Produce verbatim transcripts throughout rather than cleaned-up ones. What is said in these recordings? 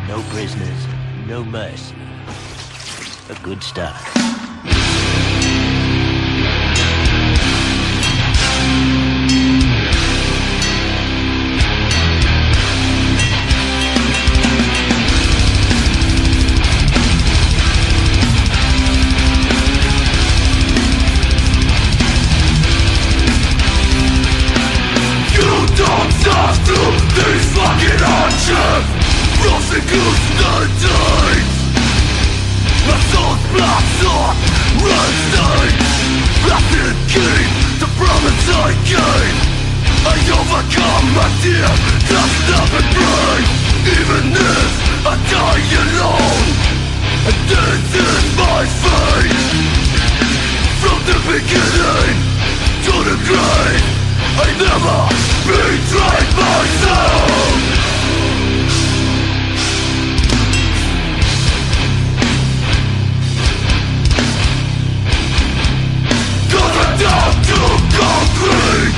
no prisoners, no mercy. A good start. These fucking archers, prosecute the deeds. Assault blocks off, red stains. Rapid key, the promise I gain. I overcome my fear, does nothing break. Even if I die alone, and this is my fate. From the beginning to the grave, I never betrayed myself. Cause I'm down to concrete.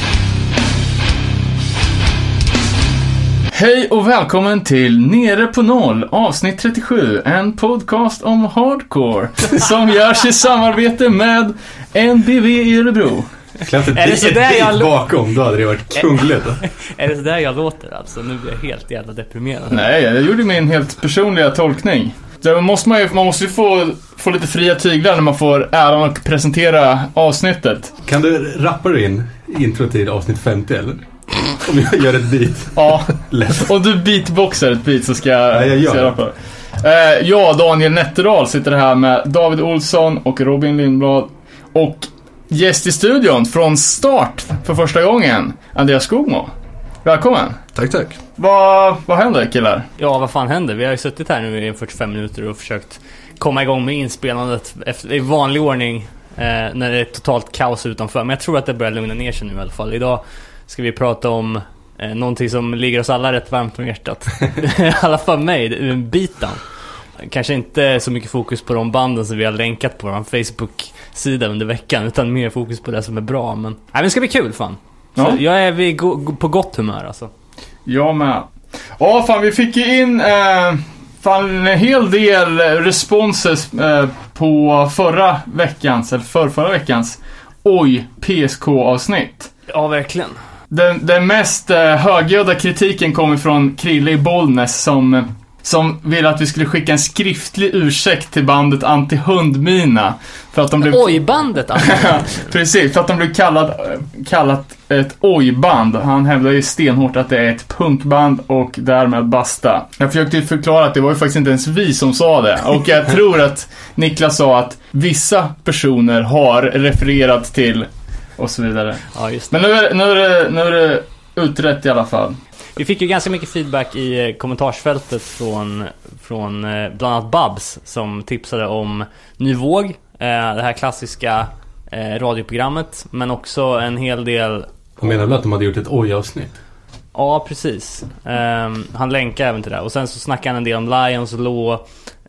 Hej och välkommen till Nere på noll, avsnitt trettiosju, en podcast om hardcore som görs i samarbete med N B V i Örebro. Är det så där jag bakom, då hade det varit kungligt. Är det så där jag låter alltså? Nu blir jag helt jävla deprimerad. Nej, jag gjorde min helt personliga tolkning. Så måste man, ju, man måste ju få, få lite fria tyglar när man får äran att presentera avsnittet. Kan du rappa in intro till avsnitt femtio eller? Om jag gör ett beat. Ja, om du beatboxar ett beat så ska jag, ja, jag, ska jag rappa. Eh, jag, Daniel Nätterdal, sitter här med David Olsson och Robin Lindblad. Och gäst i studion från start för första gången, Andreas Skogmo. Välkommen. Tack, tack. Vad, vad händer, killar? Ja, vad fan händer? Vi har ju suttit här nu i fyrtiofem minuter och försökt komma igång med inspelandet efter, i vanlig ordning eh, när det är totalt kaos utanför. Men jag tror att det börjar lugna ner sig nu i alla fall. Idag ska vi prata om eh, någonting som ligger oss alla rätt varmt om hjärtat. I alla fall mig, det är en bitan. Kanske inte så mycket fokus på de banden som vi har länkat på vår Facebook-sida under veckan, utan mer fokus på det som är bra. Men, nej, men det ska bli kul, fan. Så ja. Jag är vid go- på gott humör, alltså. Jag med. Ja, fan, vi fick ju in eh, fan, en hel del responses eh, på förra veckans, eller för förra veckans Oj, P S K-avsnitt. Ja, verkligen. Den, den mest eh, högljudda kritiken kommer från Krille i Bollnäs som... som ville att vi skulle skicka en skriftlig ursäkt till bandet Anti-Hundmina för att de blev... Oj-bandet alltså. Precis, för att de blev kallad, kallat ett oj-band. Han hävdade ju stenhårt att det är ett punkband och därmed basta. Jag försökte förklara att det var ju faktiskt inte ens vi som sa det. Och jag tror att Niklas sa att vissa personer har refererat till och så vidare. Ja, just det. Men nu är, nu är det, nu är det utrett i alla fall. Vi fick ju ganska mycket feedback i kommentarsfältet från, från bland annat Babs som tipsade om Ny Våg, det här klassiska radioprogrammet, men också en hel del... Han menar väl att de hade gjort ett oj-avsnitt? Ja, precis. Han länkar även till det. Och sen så snackade han en del om Lions Law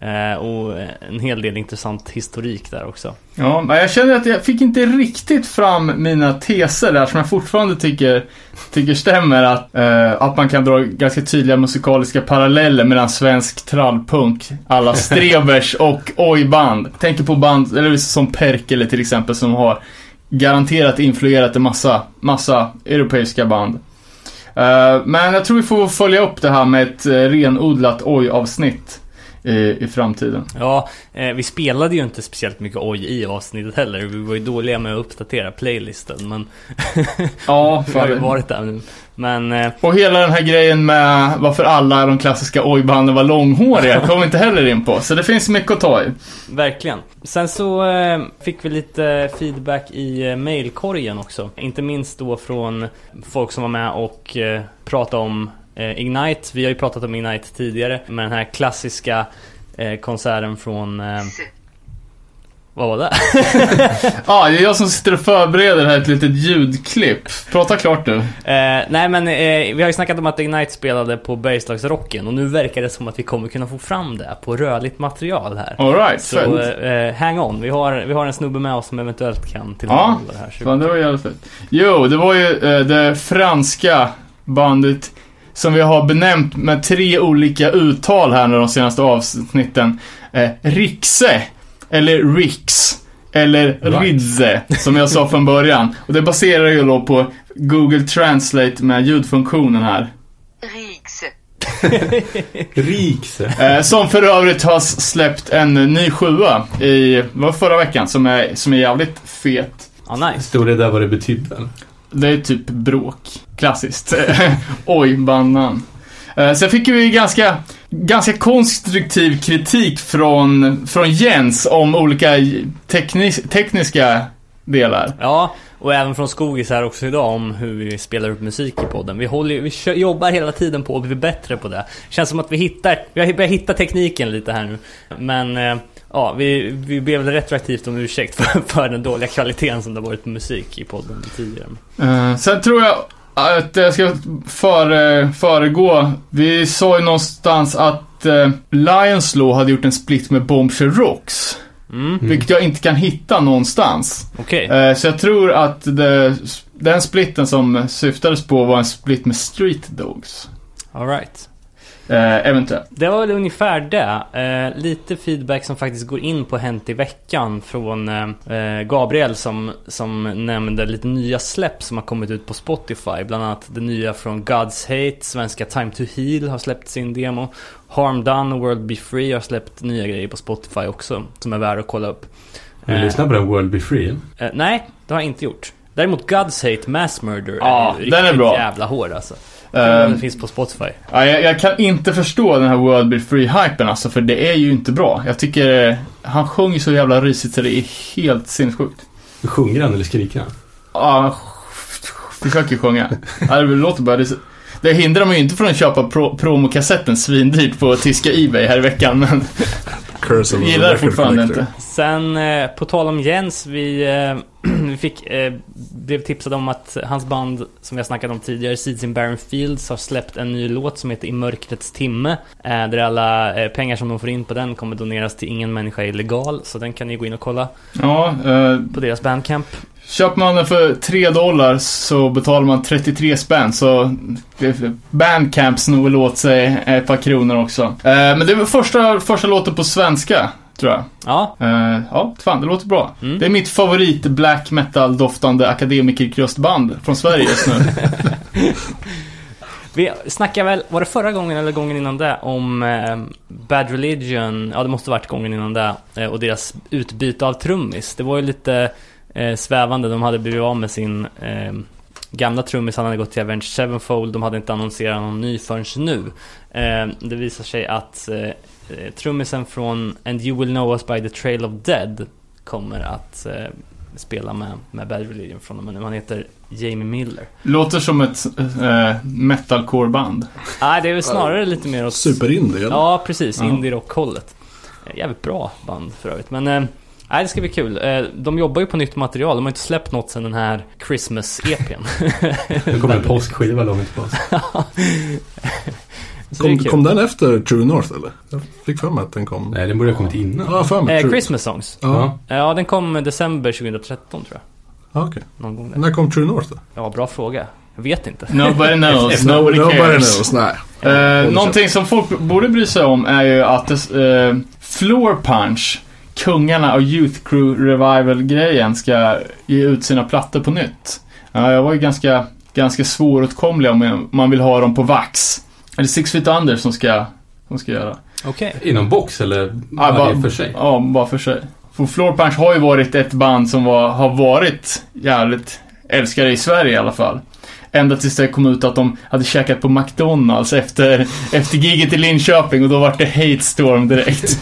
och en hel del intressant historik där också. Ja, men jag känner att jag fick inte riktigt fram mina teser där som jag fortfarande tycker, tycker stämmer att, eh, att man kan dra ganska tydliga musikaliska paralleller mellan svensk trallpunk, alla Strebers och oj-band. Tänker på band eller som Perkele till exempel som har garanterat influerat en massa, massa europeiska band. Eh, men jag tror vi får följa upp det här med ett eh, renodlat oj-avsnitt I, i framtiden. Ja, eh, vi spelade ju inte speciellt mycket oj i avsnittet heller. Vi var ju dåliga med att uppdatera playlisten, men ja, vi har ju varit där nu. Men, eh... och hela den här grejen med varför alla de klassiska oj-banden var långhåriga kom vi inte heller in på. Så det finns mycket att ta i. Verkligen. Sen så eh, fick vi lite feedback i eh, mailkorgen också. Inte minst då från folk som var med och eh, pratade om Ignite. Vi har ju pratat om Ignite tidigare med den här klassiska eh, konserten från eh, vad var det? Ja, ah, det är jag som sitter och förbereder här ett litet ljudklipp. Prata klart du. Eh, nej men eh, vi har ju snackat om att Ignite spelade på Bergslagsrocken och nu verkar det som att vi kommer kunna få fram det på rörligt material här. All right, så eh, hang on. Vi har, vi har en snubbe med oss som eventuellt kan till ja, det här. Ja, det var jävligt fett. Jo, det var ju eh, det franska bandet som vi har benämnt med tre olika uttal här de senaste avsnitten. Eh, Rixe, eller Rix, eller right. Ridze, som jag sa från början. Och det baserar ju då på Google Translate med ljudfunktionen här. Rixe. Rixe. Eh, som för övrigt har släppt en ny sjua i var förra veckan som är, som är jävligt fet. Ah, nice. Stod det där vad det betydde? Det är typ bråk. Klassiskt. Oj, banan. Eh, sen fick vi ganska, ganska konstruktiv kritik från, från Jens om olika teknis- tekniska delar. Ja, och även från Skogis här också idag om hur vi spelar upp musik i podden. Vi, håller, vi kö- jobbar hela tiden på att bli bättre på det. Känns som att vi hittar, vi har börjat hitta tekniken lite här nu. Men eh, ja, vi, vi ber väl retroaktivt om ursäkt för, för den dåliga kvaliteten som det har varit på musik i podden tidigare. Uh, sen tror jag att jag ska före, föregå. Vi sa ju någonstans att uh, Lions Law hade gjort en split med Bombshell Rocks. Mm. Vilket jag inte kan hitta någonstans. Okay. Uh, så jag tror att det, den splitten som syftades på var en split med Street Dogs. All right. Uh, eventuellt. Det var väl ungefär det. Uh, lite feedback som faktiskt går in på Hänt i veckan från uh, Gabriel som, som nämnde lite nya släpp som har kommit ut på Spotify. Bland annat det nya från God's Hate, svenska Time to Heal har släppt sin demo. Harm Done och World Be Free har släppt nya grejer på Spotify också som är värda att kolla upp. Har du uh, lyssnat på den World Be Free? Uh, nej, det har jag inte gjort. Däremot God's Hate Mass Murder ja, är ju den är bra. Jävla hård alltså. Um, den finns på Spotify. Ja, jag, jag kan inte förstå den här World Be Free-hypen alltså, för det är ju inte bra. Jag tycker han sjunger så jävla risigt så det är helt sinnessjukt. Sjunger han eller skriker han? Ja, han försöker sjunga. Ja, det låter bara det, det hindrar mig ju inte från att köpa pro, promokassetten svindyrt på tyska eBay här i veckan, men jag gillar det fortfarande inte. Sen eh, på tal om Jens, vi, eh, vi fick eh, blev tipsade om att hans band som vi har snackat om tidigare, Seeds in Barren Fields, har släppt en ny låt som heter I mörkrets timme, eh, där alla eh, pengar som de får in på den kommer doneras till Ingen människa är illegal, så den kan ni gå in och kolla. Ja, eh, på deras Bandcamp. Köper man den för tre dollar så betalar man trettiotre spänn, så Bandcamp snor väl åt sig ett par kronor också. Eh, men det är väl första, första låten på svenska, tror jag. Ja. Uh, ja, fan, det låter bra. Mm. Det är mitt favorit black metal-doftande akademikerkröstband från Sverige just nu. Vi snackade väl, var det förra gången eller gången innan det, om eh, Bad Religion, ja det måste varit gången innan det, eh, och deras utbyte av trummis. Det var ju lite eh, svävande, de hade blivit av med sin eh, gamla trummis, han hade gått till Avenged Sevenfold, de hade inte annonserat någon ny förrän nu. Eh, det visar sig att eh, trummisen från And You Will Know Us By The Trail of Dead kommer att eh, spela med, med Bad Religion från dem. Han heter Jamie Miller. Låter som ett eh, metalcore-band. Nej, det är väl snarare lite mer åt super-indie. Ja, precis, uh-huh. Indie-rock-hållet. Jävligt bra band för övrigt. Men eh, nej, det ska bli kul. eh, De jobbar ju på nytt material. De har inte släppt något sedan den här Christmas-E P:n. Det kommer en påskskiva långt på oss. Kom, kom den efter True North eller? Jag fick för mig att den kom. Nej, den borde ha kommit innan. Ja, för mig, eh, Christmas Songs. Ja. Ja, den kom december tjugotretton tror jag. Ja, okej. Någon gång där. När kom True North då? Ja, bra fråga. Jag vet inte. Nobody knows. Nobody cares. Nobody knows. Nej. Uh, någonting som folk borde bry sig om är ju att uh, Floor Punch, kungarna och Youth Crew Revival-grejen, ska ge ut sina plattor på nytt. Uh, jag var ju ganska, ganska svåråtkomlig om man vill ha dem på Vax. Eller Six Feet Under som ska, som ska göra. Okej. Okay. Inom box eller ja, bara för sig? Ja, bara för sig. För Floor Punch har ju varit ett band som var, har varit jävligt älskade i Sverige i alla fall. Ända tills det kom ut att de hade käkat på McDonalds efter, efter giget i Linköping, och då var det hate storm direkt.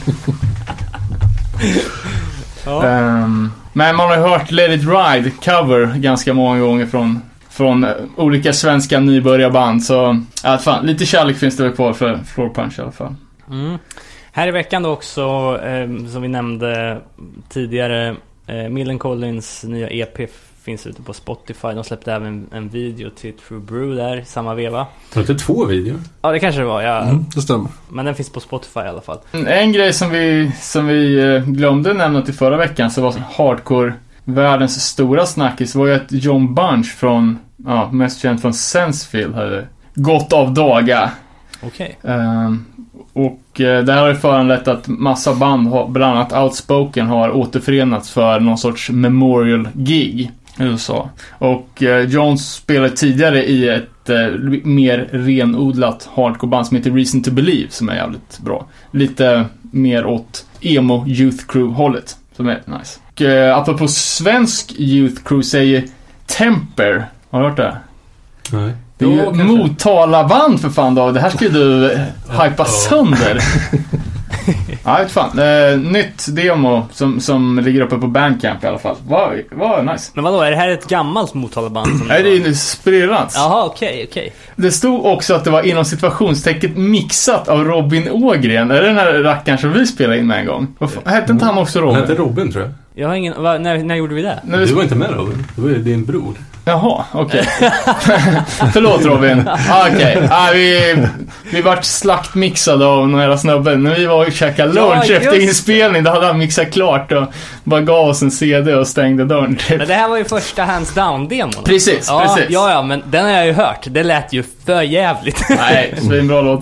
Ja. um, men man har hört Let It Ride cover ganska många gånger från från olika svenska nybörjarband, så ja, fan, lite kärlek finns det väl kvar för Floor Punch i alla fall. Mm. Här i veckan då också, eh, som vi nämnde tidigare, eh, Millencolins nya E P finns ute på Spotify. De släppte även en, en video till True Brew där, samma veva. Var det två videor? Ja, det kanske det var, ja. Mm, det stämmer. Men den finns på Spotify i alla fall. En grej som vi, som vi glömde nämna till förra veckan, så var hardcore världens stora snackis, var ju att John Bunch från, ja, mest känd från Sensefield, hade gått av daga. Okej. Um, och uh, det här har ju föranlett att massa band, har, bland annat Outspoken, har återförenats för någon sorts memorial gig i U S A. Och uh, Jones spelade tidigare i ett uh, mer renodlat hardcore-band som heter Reason to Believe, som är jävligt bra. Lite mer åt emo Youth Crew-hållet, som är nice. Och uh, apropå svensk Youth Crew säger Temper. Har du hört det? Nej. Det är ju Motala-band för fan då. Det här ska ju du uh, hypa sönder. Ja, vet fan. Uh, nytt demo som, som ligger uppe på Bandcamp i alla fall. Var, var nice. Men vadå, är det här ett gammalt Motala-band? Nej, det är ju inspirerat. Jaha, okej, okay, okej. Okay. Det stod också att det var inom situationstecket mixat av Robin Ågren. Är det den här rackaren som vi spelade in med en gång? Vad fan, hette inte han också Robin? Han hette Robin, tror jag. Jag har ingen... Va, när, när gjorde vi det? När vi du var inte med, Robin. Det var ju din bror. Jaha, okej. Okay. Förlåt, Robin. Ah, okej. Okay. Ah, vi, vi vart slaktmixade av några snubben. När vi var och käkade lunch ja, efter inspelning, då hade han mixat klart och bara gav oss en C D och stängde dörren. Men det här var ju första hands down-demon. Precis, ja, precis. Ja, ja, men den har jag ju hört. Det lät ju för jävligt. Nej, det är en bra låt.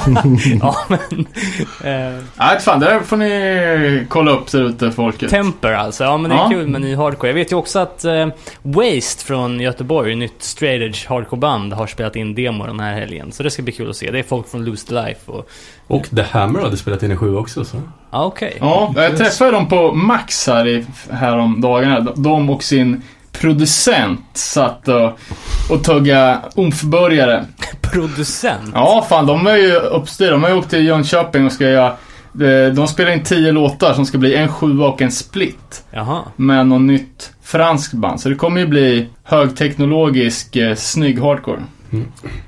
Ja, men... Eh. Nej, fan, det där får ni kolla upp där ute, folket. Temper, alltså. Ja, men det är ja. kul med ny hardcore. Jag vet ju också att eh, Waste från Göteborg, nytt straight edge hardcore-band, har spelat in demo den här helgen. Så det ska bli kul att se. Det är folk från Lose the Life. Och, och The Hammer hade spelat in i sju också, så. Ah, okej. Okay. Ja, jag träffade dem på Max här, i, här om dagarna. De och sin producent satt och, och tugga omförburgare. Producent? Ja, fan, de är ju uppstyr. De har ju åkt till Jönköping och ska göra... De, de spelar in tio låtar som ska bli en sjua och en split. Jaha. Med något nytt franskt band. Så det kommer ju bli högteknologisk, eh, snygg hardcore. Mm.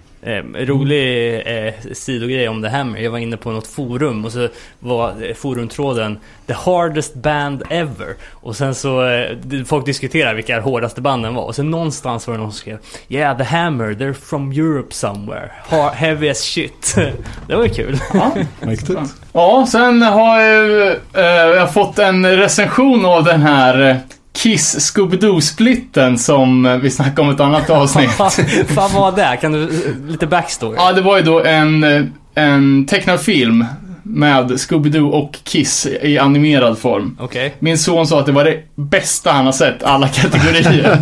Eh, rolig eh, sidogrej om det här. Jag var inne på något forum och så var eh, forumtråden The hardest band ever. Och sen så eh, folk diskuterar vilka hårdaste banden var. Och sen någonstans var det någon som skrev Yeah, The Hammer, they're from Europe somewhere. Hard, heavy as shit. Det var kul. Ja, riktigt. Ja, sen har jag, eh, jag fått en recension av den här eh, Kiss Scooby-Doo-splitten som vi snackade om ett annat avsnitt. Vad var det? Kan du, lite backstory? Ja, det var ju då en, en tecknad film med Scooby-Doo och Kiss i animerad form. Okay. Min son sa att det var det bästa han har sett, alla kategorier.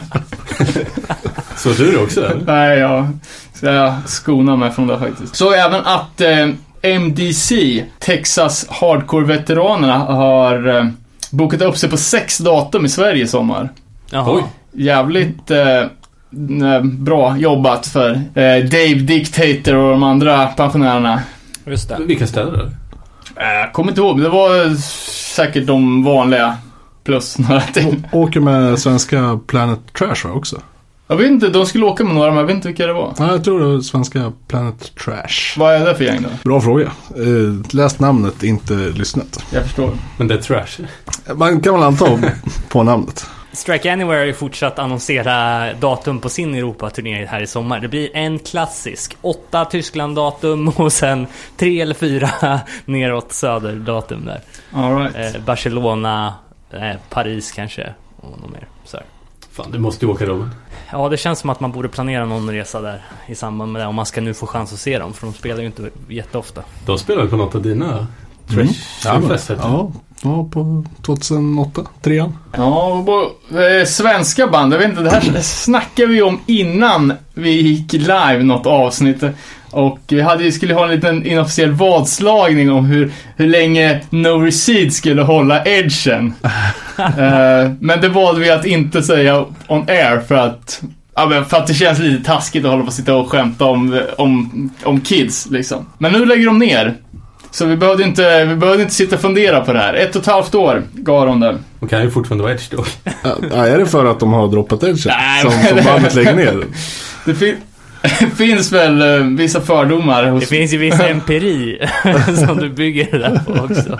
Så du det också, eller? Nej, ja. Så jag skonar mig från det faktiskt. Så även att eh, M D C, Texas Hardcore-veteranerna, har... Eh, bokat upp sig på sex datum i Sverige i sommar. Jaha. Oj. Jävligt eh, bra jobbat för eh, Dave Dictator och de andra pensionärerna. Just det. Vilka städer då? Jag äh, kommer inte ihåg, det var säkert de vanliga plus några till. Å- åker med svenska Planet Trash också. Jag vet inte, de skulle åka med några, men jag vet inte vilka det var. Ja, jag tror det var svenska Planet Trash. Vad är det för gäng då? Bra fråga. Eh, läst namnet, inte lyssnat. Jag förstår. Men det är trash. Man kan väl anta på namnet. Strike Anywhere har ju fortsatt annonsera datum på sin Europa-turné här i sommar. Det blir en klassisk åtta Tyskland-datum och sen tre eller fyra neråt söder-datum där. All right. eh, Barcelona, eh, Paris kanske och något mer. Så här. Fan, du måste ju åka Robin. Ja, det känns som att man borde planera någon resa där i samband med det, om man ska nu få chans att se dem, för de spelar ju inte jätteofta. De spelar ju på något av dina trash Mm. Ja, fest, ja, ja, på tjugohundraåtta, trean. Ja, och på, eh, svenska band, jag vet inte, det här snackade vi om innan vi gick live något avsnitt. Och vi hade, skulle ha en liten inofficiell vadslagning om hur, hur länge No Recede skulle hålla edgen. uh, men det valde vi att inte säga on air för att, ja, men för att det känns lite taskigt att hålla på att sitta och skämta om, om, om kids liksom. Men nu lägger de ner. Så vi behövde inte, vi behövde inte sitta och fundera på det här. Ett och ett halvt år gav de det. De kan ju fortfarande vara edge då. Ja, är det för att de har droppat edgen Nej, som, som bandet lägger ner? Det fin- finns väl uh, vissa fördomar hos... Det finns ju viss empiri som du bygger det där på också.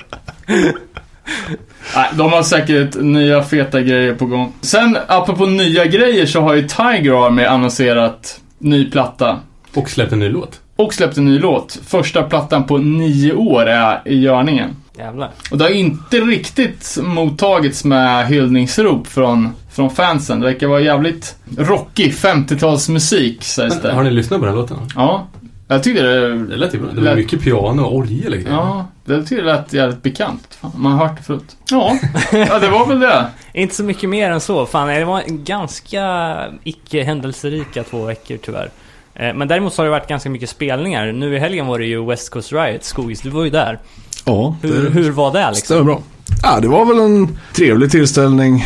Nej, de har säkert nya feta grejer på gång. Sen, apropå nya grejer, så har ju Tiger Army annonserat ny platta. Och släppt en ny låt. Och släppt en ny låt. Första plattan på nio år är i görningen. Jävlar. Och det har inte riktigt mottagits med hyllningsrop från från fansen. Det verkar vara jävligt rockig femtiotalsmusik, sägs det. Har ni lyssnat på den låten? Ja, jag tyckte det... Det lät ju bra. Det var lät... mycket piano och orgel. Liksom. Ja, det tyckte det lät jävligt bekant. Fan, man har hört det förut. Ja, ja, det var väl det. Inte så mycket mer än så. Fan, det var ganska icke-händelserika två veckor tyvärr. Men däremot så har det varit ganska mycket spelningar. Nu i helgen var det ju West Coast Riot. Skogis, du var ju där. Ja. Det, hur, hur var det liksom? Det var bra. Ja, det var väl en trevlig tillställning.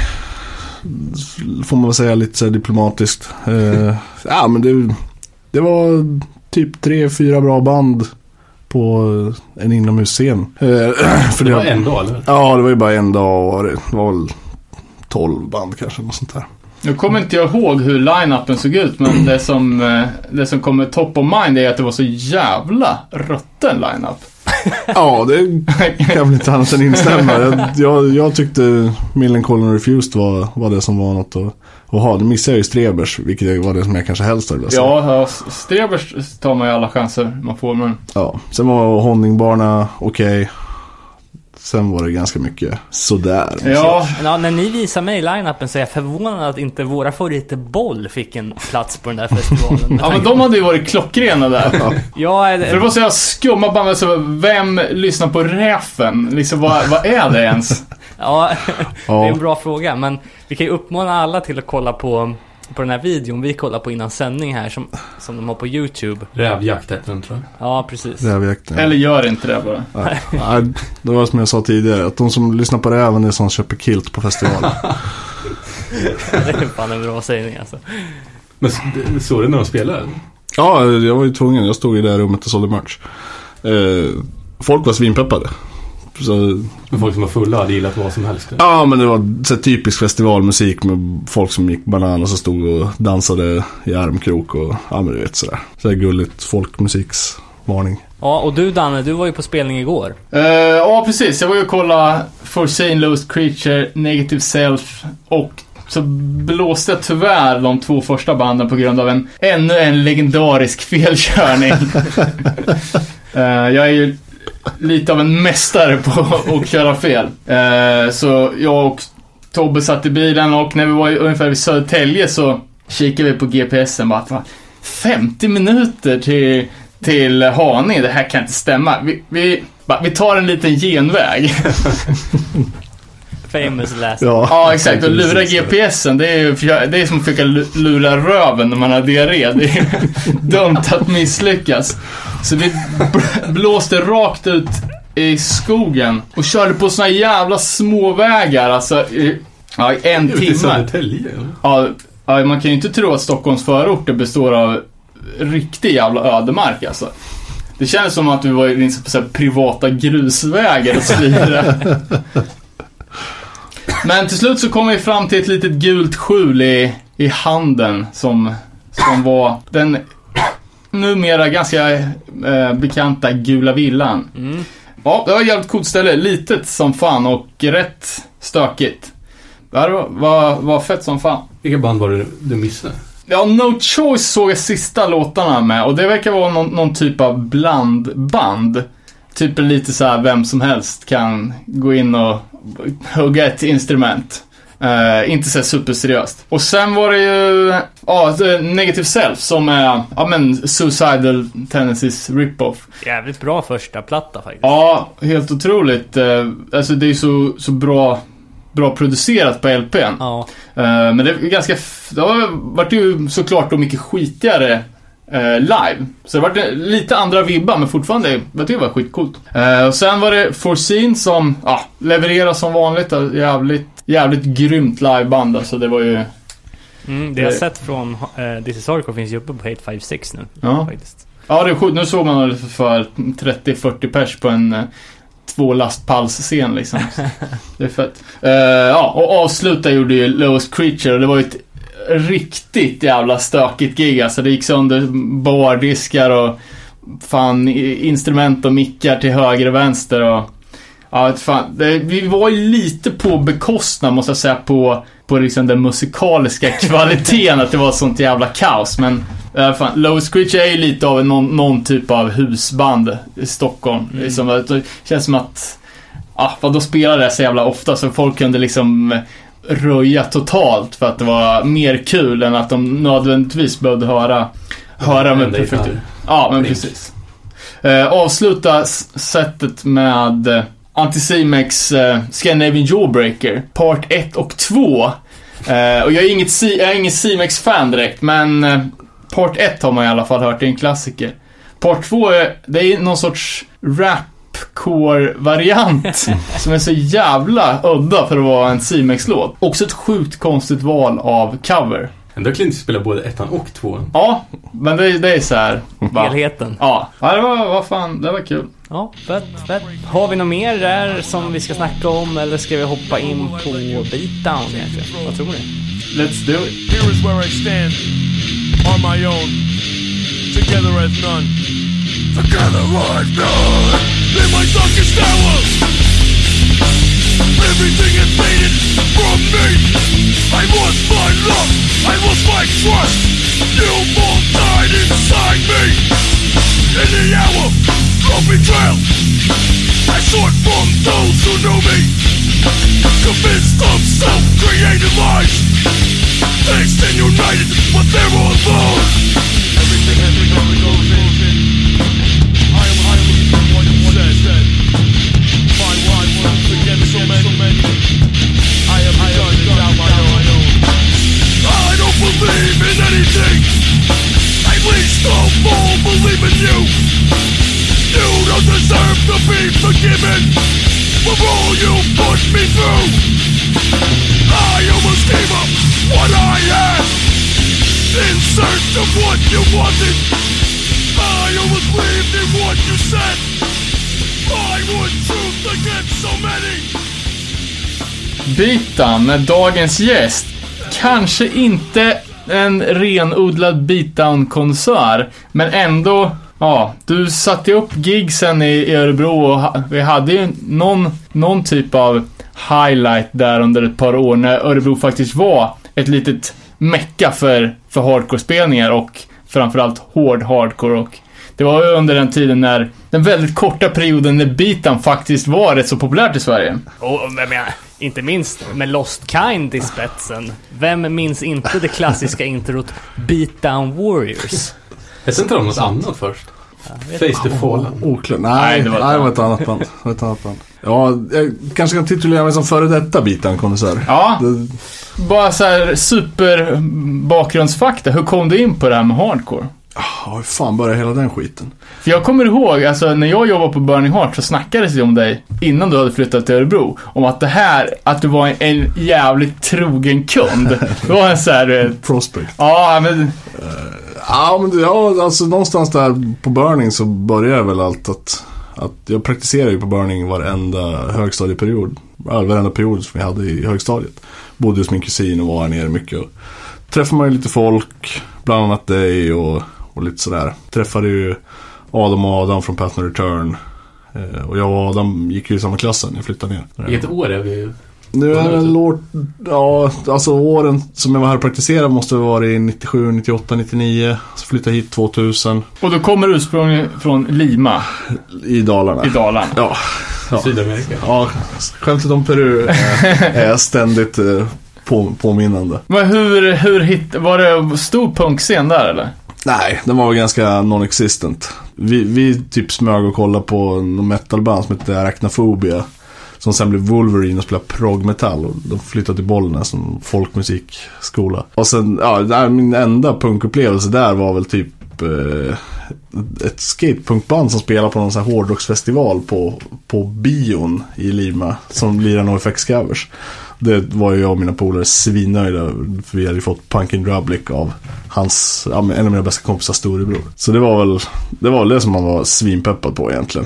Får man väl säga lite så diplomatiskt. uh, Ja, men det, det var typ tre, fyra bra band på en inomhusscen. uh, för Det var en dag, eller? Ja, det var ju bara en dag. Och det var väl tolv band kanske, något sånt där. Nu kommer inte jag ihåg hur line-upen såg ut, men det som, det som kommer top of mind är att det var så jävla rutten line-up. Ja, det kan jag väl inte annat än instämma. Jag, jag, jag tyckte Millencolin Refused var, var det som var något att, att ha. Det missade jag ju Strebers, vilket var det som jag kanske helst hade velat säga. Ja, ja, Strebers tar man ju alla chanser man får, men... Ja, sen var Honningbarna okej. Okay. Sen var det ganska mycket sådär. Ja. Ja, när ni visar mig line-upen så är jag förvånad att inte våra favoriter Boll fick en plats på den där festivalen. Ja, men de hade ju varit klockrena där. Ja. Ja, det... För det var så jag skumma band, så vem lyssnar på Räfen? Liksom, vad, vad är det ens? Ja, ja, det är en bra fråga. Men vi kan ju uppmana alla till att kolla på, på den här videon vi kollar på innan sändning här, som, som de har på YouTube. Rävjakt heter den, tror jag. Ja, precis. Rävjakten. Eller gör inte det bara. Ja. Ja, det var som jag sa tidigare, att de som lyssnar på Räven är som köper kilt på festivalen. Det är fan en bra sägning alltså. Men såg du när de spelade? Ja, jag var ju tvungen. Jag stod i det här rummet och sålde merch. Eh, folk var svinpeppade. Så, men folk som var fulla hade gillat vad som helst. Ja, men det var så typisk festivalmusik med folk som gick banan och så stod och dansade i armkrok och ja, men du vet sådär. Så där gulligt folkmusiksvarning. Ja, och du Danne, du var ju på spelning igår. Uh, ja, precis. Jag var ju och kolla Forsane, Lost Creature, Negative Self, och så blåste jag tyvärr de två första banden på grund av en ännu en legendarisk felkörning. uh, jag är ju lite av en mästare på att köra fel. Uh, så jag och Tobbe satt i bilen, och när vi var ungefär vid Södertälje så kikade vi på G P S'en bara, va, femtio minuter till, till Haninge, det här kan inte stämma. Vi, vi, va, vi tar en liten genväg. Famous last. Ja, ja, exakt. Och lura G P S'en, det är ju det är som att försöka lura röven när man har diarré. Det är dumt att misslyckas. Så vi blåste rakt ut i skogen och körde på såna jävla småvägar, alltså i, ja, i en timme. Ja, ja, man kan ju inte tro att Stockholms förorter består av riktig jävla ödemark, alltså. Det känns som att vi var i på så här privata grusvägar och slira. Men till slut så kom vi fram till ett litet gult skjul i, i handen som, som var den numera ganska eh, bekanta Gula Villan. Mm. Ja, det var ett jävligt coolt ställe. Litet som fan och rätt stökigt. Det var, var, var fett som fan. Vilka band var det du missade? Ja, No Choice såg jag sista låtarna med. Och det verkar vara någon, någon typ av blandband. Typ lite så här, vem som helst kan gå in och hugga ett instrument. Uh, inte så superseriöst. Och sen var det ju ja, Negative Self som är ja, men Suicidal Tendencies rip-off. Jävligt bra första platta faktiskt. Ja, helt otroligt. Uh, alltså det är så, så bra bra producerat på L P:n. Ja. Uh, men det är ganska det har varit ju såklart då mycket skitigare Uh, live. Så det var lite andra vibbar, men fortfarande jag tycker det var skitcoolt. Uh, och sen var det Forsane som ja, levererar som vanligt. Jävligt, jävligt grymt liveband. Alltså det var ju... Mm, det jag sett från uh, This is Hardcore finns ju uppe på Hate femtiosex nu. Ja, faktiskt. Ja, det är sjukt. Nu såg man det för trettio fyrtio pers på en uh, två lastpalsscen liksom. Det är fett. Uh, ja, och avsluta gjorde ju Lost Creature, och det var ju ett riktigt jävla stökigt gig. Alltså det gick sönder bardiskar och fan instrument och mickar till höger och vänster och ja, fan, det, vi var ju lite på bekostnad måste jag säga på, på liksom den musikaliska kvaliteten, att det var sånt jävla kaos. Men äh, fan, Lost Creature är ju lite av någon, någon typ av husband i Stockholm. Mm. Liksom, det känns som att ja, vad då spelar det så jävla ofta så folk kunde liksom röja totalt för att det var mer kul än att de nödvändigtvis behövde höra höra med perfektur. Ja, men precis. Eh, avsluta sättet med eh, Anticimex eh, Scandinavian Jawbreaker part ett och två. Eh, och jag är inget C- jag är ingen C-Mex-fan direkt, men eh, part ett har man i alla fall hört, det är en klassiker. Part två är, det är någon sorts rapcore-variant som är så jävla udda för att vara en C-Mex-låt. Också ett sjukt konstigt val av cover. Ändå Clint spelar både ettan och tvåan. Ja, men det, det är så här. Helheten. Ja, ja det var vad fan, det var kul. Ja, fett, fett. Har vi något mer där som vi ska snacka om, eller ska vi hoppa in på Beatdown egentligen? Vad tror ni? Let's do it. Here is where I stand, on my own, together as none. Together as none. In my darkest hour, everything is faded from me. I lost my love, I lost my trust. You both died inside me. In the hour of betrayal, I sought from those who knew me, convinced of self-created lies. They stand united, but they're all alone. Everything has become a illusion. I am, I am what you said. My life once again, so many. I have begun without my own. I don't believe in anything. At least of all believe in you. You don't deserve to be forgiven for all you put me through. I almost gave up what I had in search of what you wanted. I almost believed in what you said. I would truth against so many. Beatdown med dagens gäst. Kanske inte en renodlad Beatdown-konsert, men ändå, ja, du satte upp gigsen i, i Örebro och ha, vi hade ju någon, någon typ av highlight där under ett par år när Örebro faktiskt var ett litet mecka för, för hardcore-spelningar och framförallt hård hardcore. Och det var ju under den tiden när den väldigt korta perioden när Beatdown faktiskt var rätt så populärt i Sverige. Och jag menar, inte minst med Lost Kind i spetsen. Vem minns inte det klassiska introt Beatdown Warriors? Jag tänkte om något annat först. Face the Fallen. Oklart. Nej, det var, nej, det var ett annat band. Det var ett annat band. Ja, jag kanske kan titulera mig som före detta Beatdown-konsert. Ja, det... bara så här super bakgrundsfakta. Hur kom du in på det här med hardcore? Ja, hur fan började hela den skiten? För jag kommer ihåg, alltså när jag jobbade på Burning Heart så snackades det om dig innan du hade flyttat till Örebro. Om att det här, att du var en, en jävligt trogen kund. Det var en så här... Prospect. Ja, men... Uh, ja, men ja, alltså någonstans där på Burning så började väl allt att... att jag praktiserade ju på Burning varenda högstadieperiod. Varenda period som vi hade i högstadiet. Bodde hos min kusin och var här nere mycket. Och träffade man ju lite folk, bland annat dig och, och lite sådär. Träffade ju Adam och Adam från Path No Return. Eh, och jag och Adam gick ju i samma klassen när jag flyttade ner. I ett år är vi... Nu är det låt, ja, alltså åren som jag var här och praktiserade måste ha varit nittiosju, nittioåtta, nittionio. Så flyttade jag hit tvåtusen. Och då kommer du ursprungligen från Lima. I Dalarna. I Dalarna. Ja. Ja. Sydamerika. Ja, skämtet om Peru är, är ständigt eh, på, påminnande. Men hur, hur hit, var det stor punkscen där eller? Nej, den var väl ganska non-existent. Vi, vi typ smög och kollade på en metalband som heter Arachnophobia. Som sen blev Wolverine och spelade prog-metal. Och de flyttade till Bollnäs som folkmusikskola. Och sen, ja, min enda punkupplevelse där var väl typ eh, ett skatepunkband som spelade på någon sån här hårdrocksfestival på, på bion i Lima. Som lirade NoFX-covers. Det var ju jag och mina polare svinnöjda, för vi hade ju fått Punk in Drublic av hans, ja, en av mina bästa kompisar storebror. Så det var väl det var väl det som man var svinpeppad på egentligen.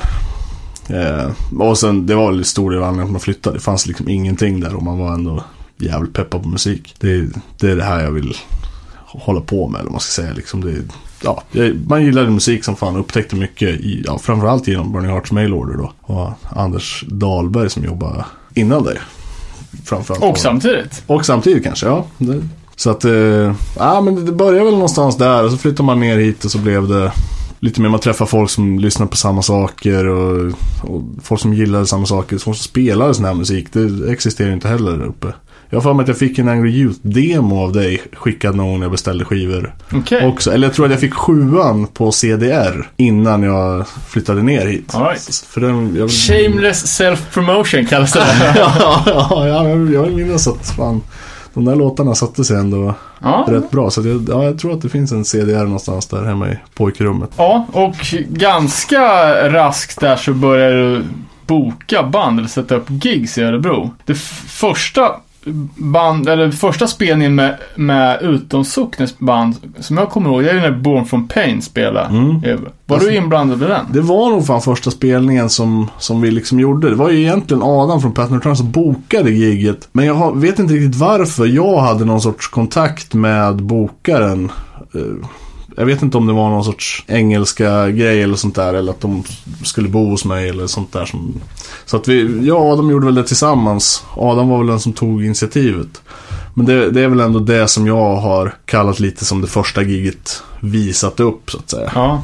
Eh, och sen, det var väl stor del anledningen att man flyttade. Det fanns liksom ingenting där och man var ändå jävligt peppad på musik. Det, det är det här jag vill hålla på med, eller man ska säga. Liksom det, ja, man gillade musik som fan, upptäckte mycket i, ja, framförallt genom Burning Hearts Mail Order då. Och Anders Dahlberg som jobbade innan det. Framförallt och samtidigt. Och samtidigt kanske, ja. Det, så att, eh, ja, men det började väl någonstans där. Och så flyttade man ner hit och så blev det lite mer, man träffar folk som lyssnar på samma saker och, och folk som gillar samma saker, folk som spelar sån här musik. Det existerar inte heller där uppe Jag har för mig att jag fick en Angry Youth-demo av dig skickad någon gång när jag beställde skivor. Okay. Också. Eller jag tror att jag fick sjuan på C D R innan jag flyttade ner hit. All right. För den, jag... Shameless self-promotion kallas det. ja, ja, ja, jag, jag minns att fan, de där låtarna satte sig ändå ja. rätt bra. Så jag, ja, jag tror att det finns en C D R någonstans där hemma i pojkrummet. Ja, och ganska raskt där så börjar du boka band eller sätta upp gigs i Örebro. Det f- första band, eller första spelningen med, med utomsocknes band som jag kommer ihåg, det är ju när Born from Pain spelade. Mm. Var alltså, du inblandad i den? Det var nog fan första spelningen som, som vi liksom gjorde. Det var ju egentligen Adam från Pattern Return som bokade giget. Men jag har, vet inte riktigt varför jag hade någon sorts kontakt med bokaren. Jag vet inte om det var någon sorts engelska grej eller sånt där, eller att de skulle bo hos mig eller sånt där som... Så att vi, ja, Adam gjorde väl det tillsammans. Adam var väl den som tog initiativet. Men det, det är väl ändå det som jag har kallat lite som det första giget visat upp, så att säga. Ja.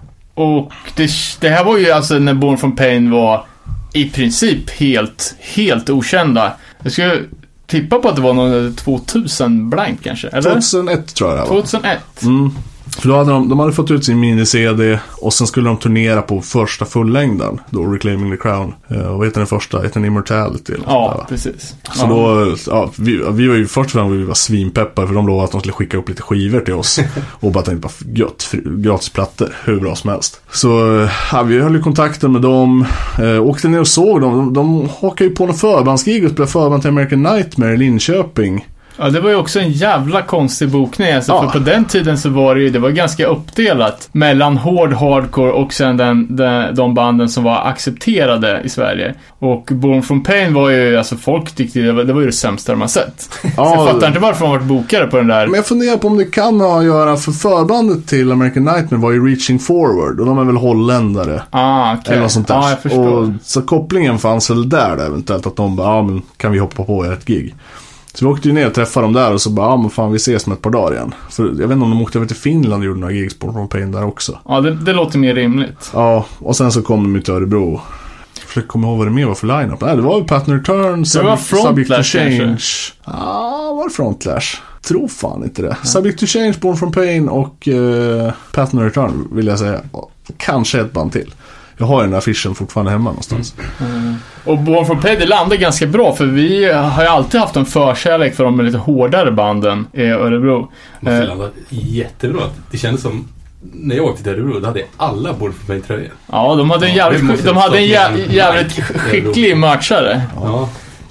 Och det, det här var ju alltså när Born from Pain var i princip helt, helt okända. Jag skulle tippa på att det var någon tvåtusen blank kanske, eller? tjugohundraett tror jag det var. tjugohundraett? Mm. För då hade de, de hade fått ut sin mini-C D och sen skulle de turnera på första fullängden, då Reclaiming the Crown. Uh, och vad heter den första? Heter den Immortality? Eller ja, där, precis. Så ja. då, ja, vi, vi var ju först och främst vi var svinpeppar för de lovade att de skulle skicka upp lite skivor till oss och bara tänkte bara gött, gratisplattor, hur bra som helst. Så ja, vi höll ju kontakten med dem, uh, åkte ner och såg dem. De, de hakade ju på någon förbandsgig och spelade förband till American Nightmare i Linköping. Ja, det var ju också en jävla konstig bokning alltså, ja. För på den tiden så var det ju, det var ganska uppdelat mellan hård hardcore och sen den, den, de banden som var accepterade i Sverige. Och Born from Pain var ju, alltså folk tyckte det var, det var ju det sämsta de har sett. Ja, så jag fattar inte varför de varit bokade på den där. Men jag funderar på om det kan ha att göra, för förbandet till American Nightmare var ju Reaching Forward och de är väl holländare. Ah, okej. Eller något sånt där. Ah, jag förstår. Och så kopplingen fanns väl där, där eventuellt att de bara, ja men kan vi hoppa på ert gig? Så vi åkte ju ner och träffade dem där och så bara, ja men fan vi ses med ett par dagar igen. För jag vet inte om de åkte över till Finland och gjorde några gigs på From Pain där också. Ja, det, det låter mer rimligt. Ja, och sen så kom de ut till Örebro. Jag försöker komma ihåg vad det mer var för line-up. Nej, det var ju Pattern Return, Sub- det var Subject to Change. Ja, var det Frontlash? Tror fan inte det. Ja. Subject to Change, Born from Pain och uh, Pattern Return vill jag säga. Kanske ett band till. Jag har den affischen fortfarande hemma någonstans. Mm. Och Born from Pain, det landade ganska bra för vi har ju alltid haft en förkärlek för de lite hårdare banden i Örebro. Det landade jättebra. Det kändes som när jag åkte till Örebro, då hade alla Born from Pain-tröjor. Ja, de hade en jävligt, ja, de hade en jä- jävligt skicklig matchare. Ja.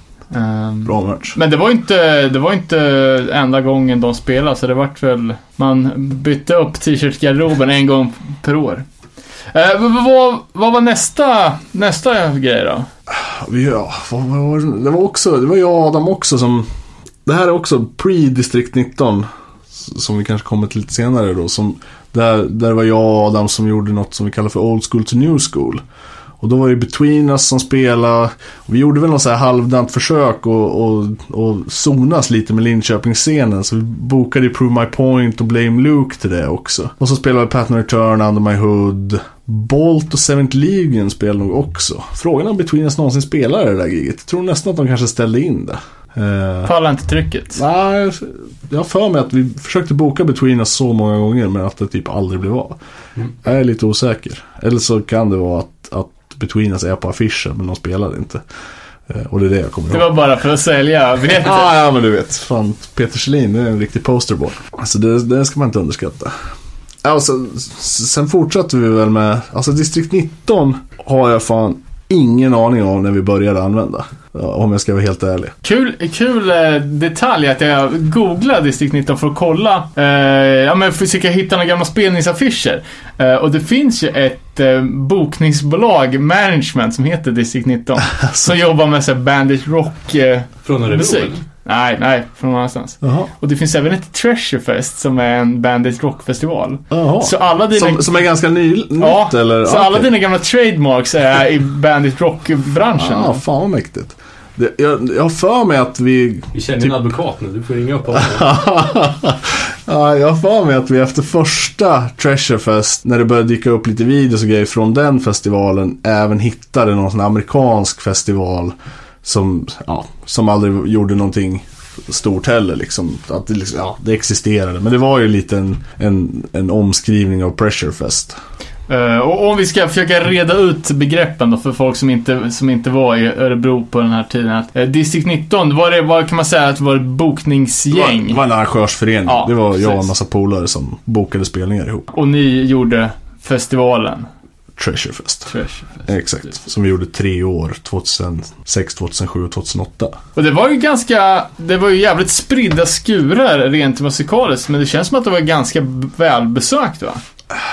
Um, bra match. Men det var inte det var inte enda gången de spelade, så det vart väl man bytte upp t-shirtgarderoben en gång per år. Eh, vad, vad var nästa nästa grej då? Ja, vad var, det var också det var ju Adam också som, det här är också pre-distrikt nitton som vi kanske kommer till lite senare då, som där där var jag och Adam som gjorde något som vi kallar för Old School to New School. Och då var det Between Us som spelade. Och vi gjorde väl någon så här halvdant försök och, och, och zonas lite med Linköpingsscenen. Så vi bokade ju Prove My Point och Blame Luke till det också. Och så spelade vi Pattern Return, Under My Hood. Bolt och Seventh Legion spelade nog också. Frågan om Between Us någonsin spelade det där giget. Jag tror nästan att de kanske ställde in det. Uh, Pallar inte trycket. Nej, jag har för mig att vi försökte boka Between Us så många gånger, men att det typ aldrig blev av. Mm. Jag är lite osäker. Eller så kan det vara att, att Between Us är på affischen, men de spelade inte. Uh, och det är det jag kommer ihåg. Det var bara för att sälja. Vet ah, ja, men du vet. Fan, Peter Selin är en riktig posterboy. Alltså det, det ska man inte underskatta. Alltså, sen fortsatte vi väl med, alltså Distrikt nitton har jag fan ingen aning om när vi började använda. Om jag ska vara helt ärlig. Kul, kul eh, detalj att jag googlade Distrikt nitton för att kolla eh, ja, men försöka hitta några gamla spelningsaffischer. Eh, och det finns ju ett eh, bokningsbolag, management, som heter Distrikt nitton som jobbar med så här Bandit Rock eh, från musik. Nej, nej, från någonstans. Uh-huh. Och det finns även ett Treasure Fest som är en Bandit Rock-festival. Uh-huh. Så alla dina... som, som är ganska ny, ja, nytt, eller? Så okay. Alla dina gamla trademarks är i Bandit Rock-branschen. Ja, ah, fan vad mäktigt. Det, jag, jag har för mig att vi... Vi känner typ... en advokat nu, du får ringa upp honom. Ja, jag har för mig att vi efter första Treasure Fest, när det började dyka upp lite videos och grejer från den festivalen, även hittade någon sån amerikansk festival som, ja, som aldrig gjorde någonting stort heller liksom. Att det, liksom, ja, det existerade. Men det var ju lite en, en, en omskrivning av Pressure Fest. Uh, och om vi ska försöka reda ut begreppen då för folk som inte, som inte var i Örebro på den här tiden. Att, uh, District nitton, var det, vad kan man säga att det var ett bokningsgäng? Det var, det var en arrangörsförening. Ja, det var jag precis. och en massa polare som bokade spelningar ihop. Och ni gjorde festivalen Treasure Fest. Treasure Fest. Exakt, som vi gjorde tre år, tjugohundrasex, tjugohundrasju och tjugohundraåtta. Och det var ju ganska, det var ju jävligt spridda skurar rent musikaliskt, men det känns som att det var ganska välbesökt, va?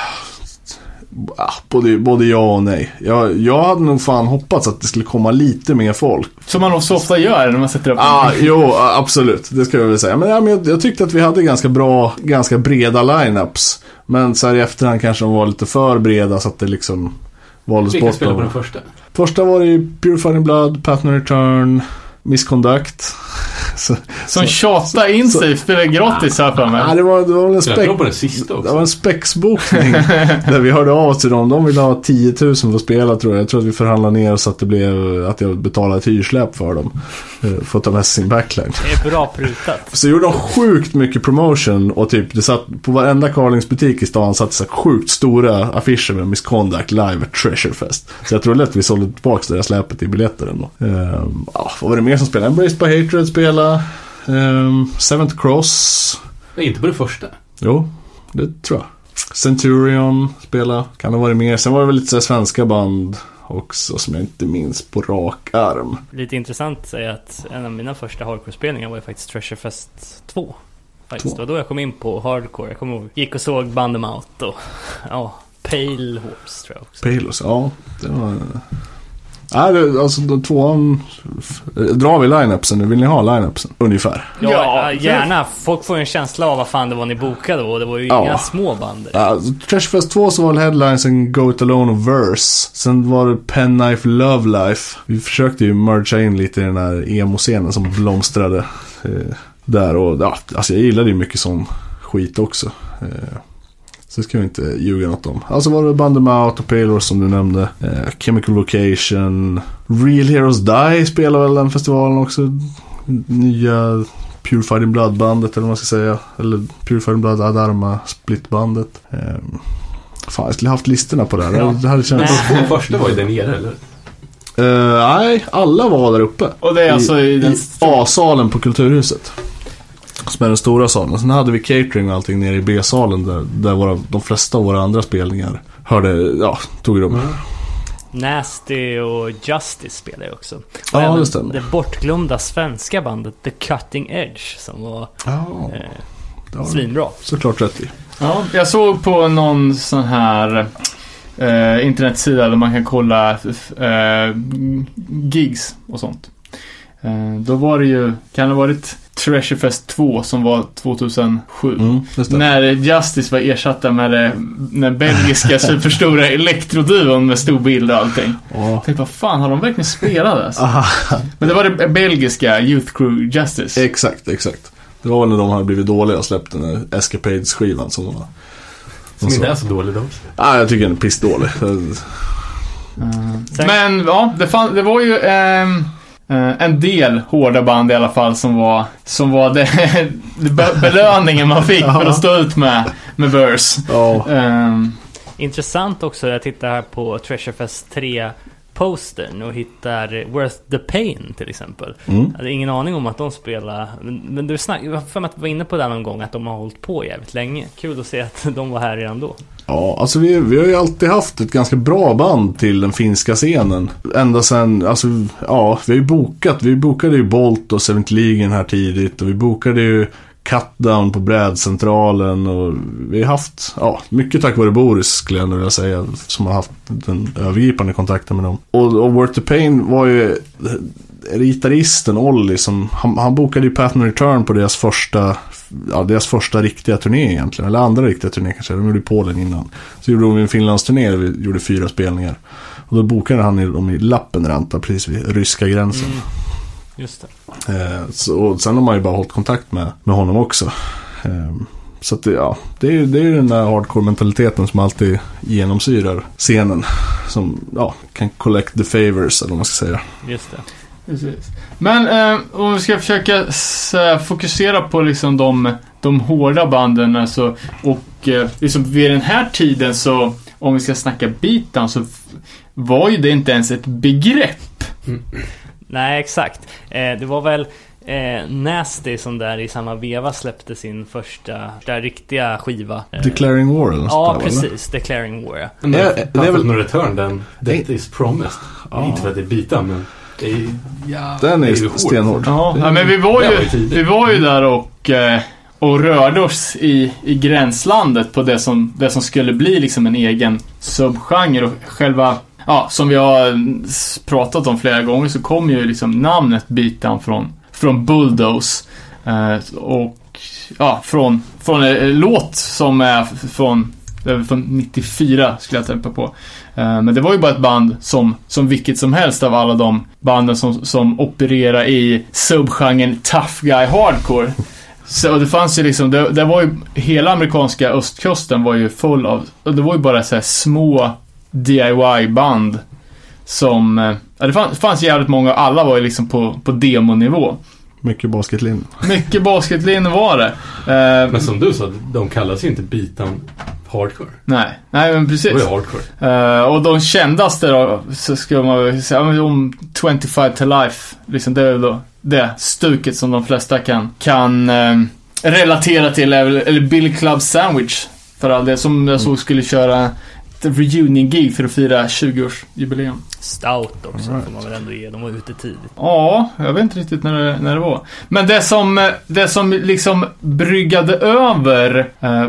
Ah, både, både ja och nej. Jag, jag hade nog fan hoppats att det skulle komma lite mer folk. Som man så ofta gör när man sätter upp. Ah, jo, absolut. Det ska jag väl säga. Men, ja, men jag, jag tyckte att vi hade ganska bra, ganska breda lineups. Men så här i efterhand kanske de var lite för breda så att det liksom valdes bort. Vilka spelade på den första? Första var det Purified in Blood, Path No Return, Misconduct. Så, som tjata in sig för det gratis här för mig. Ja, det var, det var en spek- på den sista också. Det var en spexbokning där vi hörde av oss till dem. De ville ha tio tusen för att spela, tror jag. Jag tror att vi förhandlade ner så att det blev att jag betalade ett hyrsläpp för dem för att ta med sin backline. Det är bra prutat. Så gjorde de sjukt mycket promotion och typ det satt på varenda Carlings-butik i stan satt så sjukt stora affischer med Misconduct live at Treasure Fest. Så jag tror lätt vi sålde tillbaka det där släpet i biljetter ändå. Um, ja, vad var det mer som spelade? Embraced by Hatred spelade. Um, Seventh Cross. Nej, inte på det första. Jo, det tror jag. Centurion spela. Kan det vara mer? Sen var det väl lite så svenska band också som jag inte minns på rak arm. Lite intressant är att en av mina första hardcore-spelningar var ju faktiskt Treasure Fest två. Faktiskt. Det var då jag kom in på hardcore. Jag kommer ihåg. Gick och såg Bandem Out och ja, Pale Horse tror jag också. Pale Horse, ja. Det var... Nej, det, alltså de tvåan drar vi line-upsen nu. Vill ni ha line-upsen? Ungefär. Ja, Ja, gärna. Folk får ju en känsla av vad fan det var ni bokade och det var ju Ja. inga små band. Ja, Treasure Fest två så var det headlinesen Go It Alone och Verse. Sen var det Penknife Love Life. Vi försökte ju mergea in lite i den här emo-scenen som blomstrade eh, där. Och ja, alltså jag gillade ju mycket sån skit också. Eh, Så ska vi inte ljuga något om. Alltså var det Bandem Out och Pale Horse som du nämnde. Eh, Chemical Vocation. Real Heroes Die spelar väl den festivalen också. Nya Purified in Blood-bandet eller vad man ska säga. Eller Purified in Blood Adarma Split-bandet. Eh, fan, jag skulle haft listorna på det här. Ja. Det hade känts... Den första var ju där nere, eller? Eh, nej, alla var där uppe. Och det är alltså i, I, den i A-salen på Kulturhuset. Som är den stora salen. Sen hade vi catering och allting nere i B-salen där, där våra, de flesta av våra andra spelningar hörde, ja, tog rum. Mm. Nasty och Justice spelade jag också. Och ja, även det stämmer. det bortglömda svenska bandet The Cutting Edge som var ja, eh, svinbra. Såklart rätt i. Ja, jag såg på någon sån här eh, internetsida där man kan kolla eh, gigs och sånt. Eh, då var det ju, kan det ha varit Treasure Fest två som var tjugohundrasju. Mm, när Justice var ersatta med det, den belgiska superstora elektroduon med stor bild och allting. Oh. Jag tänkte, vad fan, har de verkligen spelat alltså? Men det var det belgiska Youth Crew Justice. Exakt, exakt. Det var när de hade blivit dåliga och släppt den där Escapades-skivan som de var. Som inte är så dålig då. Ja, jag tycker den är pissdålig. Mm. Men ja, det, fann, det var ju ähm, Uh, en del hårda band i alla fall som var som var det, det be- belöningen man fick för att stå ut med med Verse. Oh. Um. Intressant också, jag tittar här på Treasure Fest tre postern och hittar Worth the Pain till exempel. Mm. Jag hade ingen aning om att de spelar, men du snack, jag för mig att var inne på det någon gång att de har hållit på jävligt länge. Kul att se att de var här redan då. Ja, alltså vi, vi har ju alltid haft ett ganska bra band till den finska scenen. Ända sen, alltså, ja, vi har ju bokat, vi bokade ju Bolt och Seventh Legion här tidigt och vi bokade ju Cutdown på brädcentralen och vi har haft, ja, mycket tack vare Boris skulle jag nu vilja säga, som har haft den övergripande kontakten med dem. Och, och Worth the Pain var ju gitarristen Olli som, han, han bokade ju Path No Return på deras första, ja, deras första riktiga turné egentligen, eller andra riktiga turné kanske, de gjorde Polen innan. Så gjorde de en Finlandsturné, vi gjorde fyra spelningar. Och då bokade han dem i Lappenranta, precis vid ryska gränsen. Mm. Just det. Eh, så, och sen har man ju bara hållit kontakt med, med honom också. Eh, så att det, ja, det är, det är ju den där hardcore-mentaliteten som alltid genomsyrar scenen. Som, ja, kan collect the favors, eller vad man ska säga. Just det. Precis. Men eh, om vi ska försöka s- fokusera på liksom de, de hårda banden alltså, och eh, liksom vid den här tiden så, om vi ska snacka beatdown, så f- var ju det inte ens ett begrepp. Mm. Nej, exakt. Eh, det var väl eh, Nasty som där i samma veva släppte sin första där riktiga skiva. Eh, Declaring War eller något Ja, sånt där, eller? precis. Declaring War. Men det- det, det det är är väl- väl Return, den Death Nej. is Promised. Ja. Inte för att det är bitar, men det är, ja, Den är det ju hårt. stenhård. Ja, Det- ja, men vi var det var ju, ju tidigt. vi var ju där och, eh, och rörde oss i, i gränslandet på det som, det som skulle bli liksom en egen subgenre och själva, ja, som vi har s- pratat om flera gånger, så kom ju liksom namnet beatdown från, från Bulldoze eh, och ja, från, från en låt som är f- från, det är väl från nittiofyra skulle jag tänka på. Eh, Men det var ju bara ett band som, som vilket som helst av alla de banden som, som opererar i subgenren tough guy hardcore. Så det fanns ju liksom, det, det var ju, hela amerikanska östkusten var ju full av, och det var ju bara så här små D I Y-band som, eh, ja, det fanns, fanns jävligt många, alla var ju liksom på, på demonivå. Mycket basketlinje. Mycket basketlinje var det. Eh, Men som du sa, de kallas ju inte beatdown hardcore. nej, nej men precis. Det var ju hardcore. Uh, och de kändaste då, så ska man väl säga, men om twenty-five to life, liksom det är väl då det stuket som de flesta kan kan uh, relatera till, eller, eller Billy Club Sandwich för all det, som jag såg skulle köra ett reunion-gig för att fira tjugo-årsjubileum. Stout också, Right. får man väl ändå ge. De var ute tidigt. Ja, jag vet inte riktigt när det, när det var. Men det som, det som liksom bryggade över uh,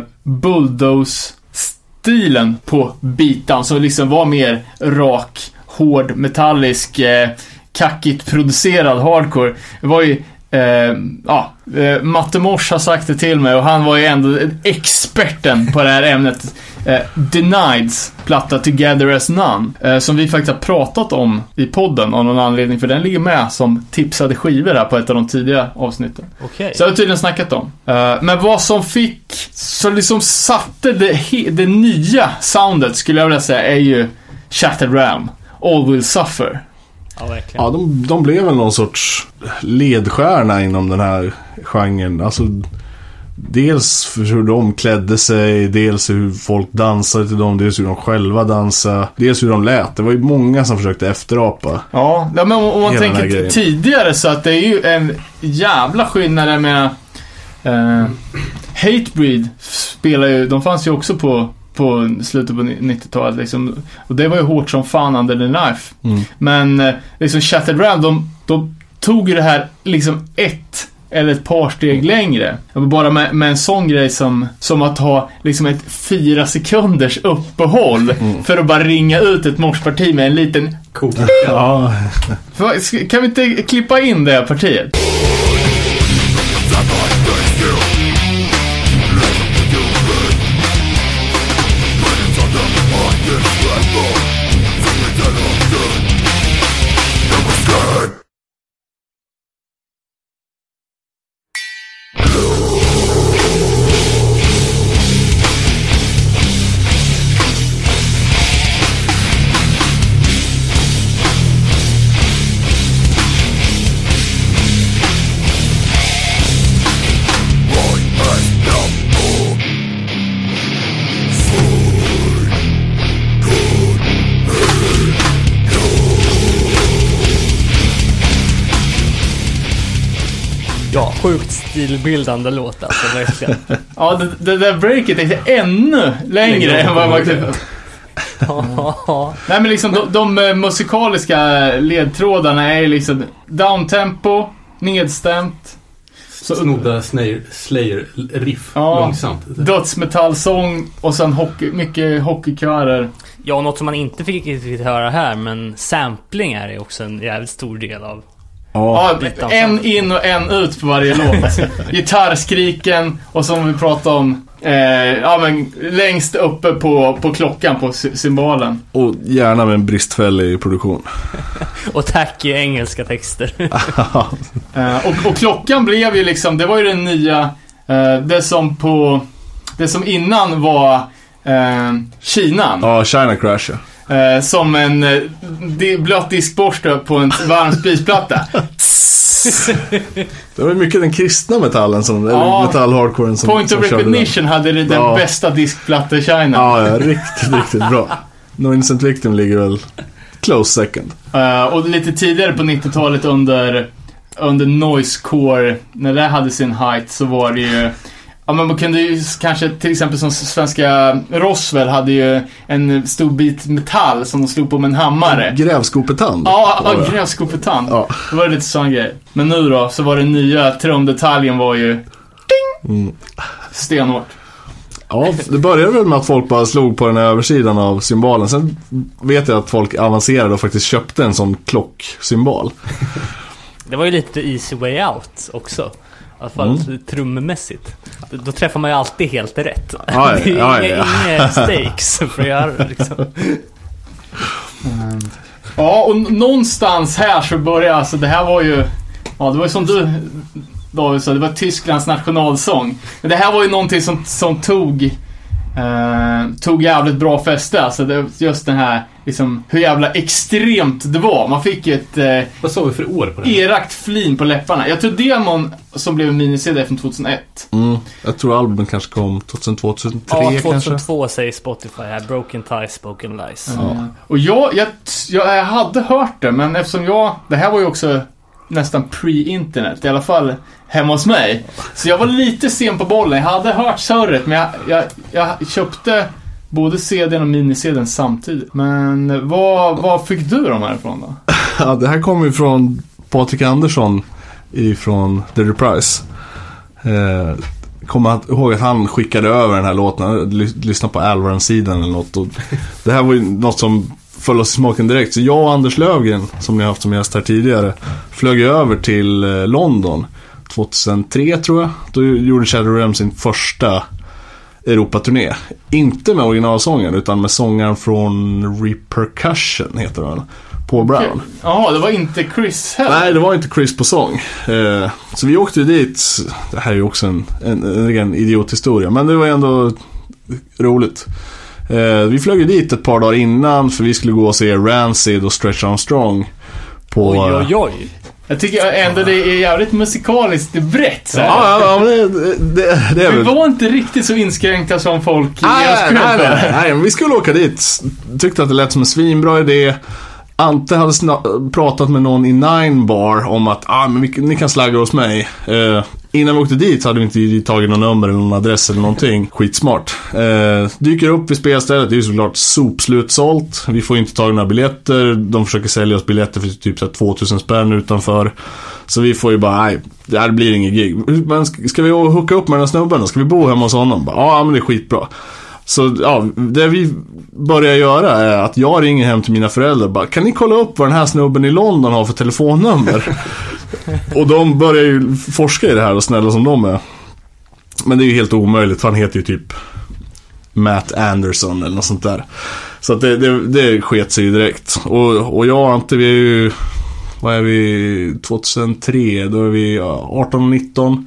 Bulldoze-stilen på beatdown, som liksom var mer rak, hård, metallisk, eh, kackigt producerad hardcore, det var ju eh, ja, eh, Matte Mors har sagt det till mig, och han var ju ändå experten på det här ämnet. eh, Denieds platta Together as None, eh, som vi faktiskt har pratat om i podden av någon anledning, för den ligger med som tipsade skivor här på ett av de tidiga avsnitten. Okej. Så jag har tydligen snackat om. Uh, men vad som fick, så liksom satte det, he- det nya soundet, skulle jag vilja säga, är ju Shattered Realm, All Will Suffer. Ja, verkligen. Ja, de, de blev väl någon sorts ledstjärna inom den här genren. Alltså, dels för hur de klädde sig, dels hur folk dansade till dem, dels hur de själva dansade, dels hur de lät. Det var ju många som försökte efterapa. Ja, ja men om, om man Hela den här tänker grejen. tidigare, så att det är ju en jävla skillnad med uh, Hatebreed spelar ju, de fanns ju också på på slutet på nittiotalet liksom, och det var ju hårt som fan under the knife. Mm. Men eh, liksom Shattered Realm, de, de tog ju det här liksom ett eller ett par steg längre. Bara med, med en sån grej som, som att ha liksom ett fyra sekunders uppehåll Mm. för att bara ringa ut ett morsparti med en liten... Cool. Ja, För, ska- kan vi inte klippa in det här partiet? Ja, sjukt stilbildande låt alltså, verkligen. Ja, det, det där breaket är ännu längre än vad man kunde... Ja. Nej, men liksom de, de eh, musikaliska ledtrådarna är liksom downtempo, nedstämt, så Snodda Slayer, Slayer riff Ja. långsamt. dödsmetallsång och sen hockey, mycket hockeykörer. Ja, något som man inte fick riktigt höra här, men sampling är ju också en jävligt stor del av. ja, Ja, lite en in och en ut på varje låt. Gitarrskriken och som vi pratade om, eh, ja men längst uppe på, på klockan på sy- symbolen. och gärna med en bristfällig produktion. Och tacky engelska texter. Eh, och, och klockan blev ju liksom, det var ju den nya, eh, det som på, det som innan var eh, Kinan. Ja, China Crash. Ja. Eh, som en eh, di- blöt diskborste på en varm spisplatta. Det var mycket den kristna metallen som, Ja. eller metall-hardcoren som Point som of körde Recognition den. hade det den Ja. bästa diskplatta i China. Ja, ja, riktigt, riktigt bra. No Innocent Victim ligger väl close second. Uh, och lite tidigare på nittiotalet under under noisecore, när det hade sin height, så var det ju, ja, men man kunde ju kanske till exempel som svenska Roswell hade ju en stor bit metall som de slog på med en hammare. Grävskopetand. Ja, ja, grävskopetand. Ja. Det var lite sån grej. Men nu då, så var det nya trumdetaljen var ju ding! Mm. Stenhårt. Ja, det började väl med att folk bara slog på den här översidan av symbolen. Sen vet jag att folk avancerade och faktiskt köpte en sån klocksymbol. Det var ju lite easy way out också. I alla fall mm. trummässigt. Då, då träffar man ju alltid helt rätt. Ja, ja, det är ja, inga, ja. inga stakes för att göra liksom. Mm. Ja, och någonstans här så började, alltså det här var ju, ja, det var ju som du David sa, det var Tysklands nationalsång. Men det här var ju någonting som, som tog eh, tog jävligt bra fäste. Alltså det, just den här liksom, hur jävla extremt det var. Man fick ett eh, vad sa vi för år på det? erakt flin på läpparna. Jag tror demon som blev en mini-C D från tjugohundraett. Mm. Jag tror albumet kanske kom tjugohundratvå tjugohundratre Ja, kanske. tjugohundratvå säger Spotify här. Broken Ties, Spoken Lies. Ja. Mm. Och jag, jag, jag hade hört det, men eftersom jag, det här var ju också nästan pre-internet, i alla fall hemma hos mig. Så jag var lite sen på bollen. Jag hade hört surret, men jag, jag, jag köpte både C D:n och mini-C D:n samtidigt. Men vad, vad fick du de härifrån då? Ja, det här kommer ju från Patrik Andersson ifrån The Reprise. Eh, kommer ihåg att han skickade över den här låten. Han lyssnade på Alvaran-sidan eller något. Och det här var ju något som föll oss i smaken direkt. Så jag och Anders Lövgren, som ni har haft som gäst här tidigare, flög över till London tjugohundratre tror jag. Då gjorde Shadowrealm sin första Europaturné. Inte med originalsången utan med sångaren från Repercussion heter han. Paul Brown. Ja, det var inte Chris heller. Nej, det var inte Chris på sång. Eh, så vi åkte ju dit. Det här är ju också en, en, en ren idiothistoria. Men det var ändå roligt. Eh, vi flög ju dit ett par dagar innan för vi skulle gå och se Rancid och Stretch Armstrong på... Oj, oj, oj. Jag tycker ändå det är jävligt musikaliskt brett så här. Ja, ja, men det, det, det är Vi väl... var inte riktigt så inskränkta som folk i Nej, deras nej, nej, klubbar. nej, nej, men vi skulle åka dit. Tyckte att det lät som en svinbra idé. Ante hade sna- pratat med någon i Nine Bar om att ah, men vi, ni kan slagga hos mig. Eh, innan vi åkte dit så hade vi inte tagit någon nummer eller någon adress eller någonting. Skitsmart. Eh, dyker upp vid spelstället. Det är ju såklart sopslutsålt. Vi får inte tag i några biljetter. De försöker sälja oss biljetter för typ så här tvåtusen spänn utanför. Så vi får ju bara, nej, det här blir ingen gig. Men ska vi hooka upp med den här snubben? Ska vi bo hemma hos honom? Ja, ah, men det är skitbra. Så ja, det vi börjar göra är att jag ringer hem till mina föräldrar och bara, kan ni kolla upp vad den här snubben i London har för telefonnummer? Och de börjar ju forska i det här och snälla som de är. Men det är ju helt omöjligt, för han heter ju typ Matt Anderson eller något sånt där. Så att det, det, det sket sig ju direkt. Och, och jag och Ante, vi är ju, vad är vi, tjugohundratre, då är vi arton och nitton.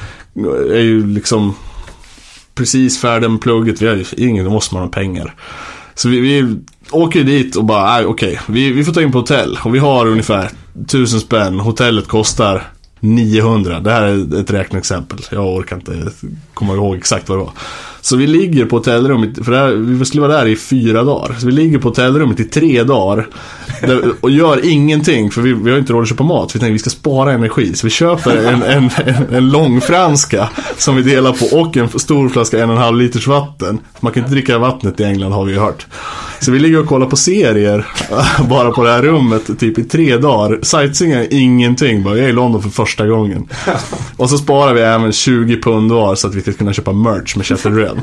Är ju liksom precis färdig med plugget. Vi har ingen, då måste man ha pengar. Så vi, vi åker ju dit och bara, nej, okej, vi, vi får ta in på hotell. Och vi har ungefär tusen spänn. Hotellet kostar niohundra. Det här är ett räkneexempel. Jag orkar inte komma ihåg exakt vad det var. Så vi ligger på hotellrummet, för det här, vi skulle vara där i fyra dagar. Så vi ligger på hotellrummet i tre dagar där, och gör ingenting, för vi, vi har inte råd att köpa mat. Vi tänkte att vi ska spara energi. Så vi köper en, en, en, en lång franska som vi delar på och en stor flaska en och en halv liters vatten. Man kan inte dricka vattnet i England, har vi ju hört. Så vi ligger och kollar på serier bara på det här rummet typ i tre dagar. Sightseeing ingenting, bara jag är i London för första gången. Och så sparar vi även tjugo pund var så att vi ska kunna köpa merch med Shattered Realm.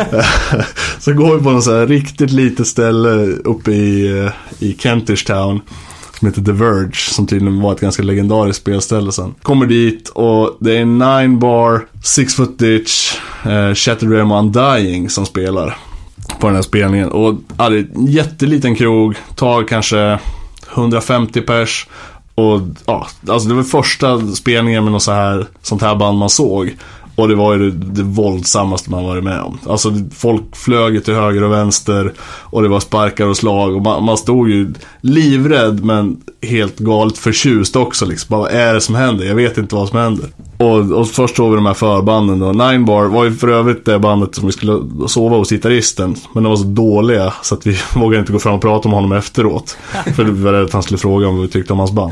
Så går vi på något så här riktigt litet ställe uppe i, i Kentish Town som heter The Verge, som tydligen var ett ganska legendariskt spelställe sen. Kommer dit och det är Nine Bar, Six Foot Ditch, uh, Shattered Realm och Undying som spelar på den här spelningen. Och ja, det är en jätteliten krog, tar kanske hundrafemtio pers. Och ja, alltså det var första spelningen med något så här, sånt här band man såg. Och det var ju det, det våldsammaste man varit med om. Alltså folk flög till höger och vänster och det var sparkar och slag och man, man stod ju livrädd men helt galet förtjust också liksom. Bara, vad är det som händer? Jag vet inte vad som händer. Och, och först såg vi de här förbanden då. Nine Bar var ju för övrigt det bandet som vi skulle sova hos gitarristen, men de var så dåliga så att vi vågade inte gå fram och prata med honom efteråt. För det var det att han skulle fråga om vi tyckte om hans band.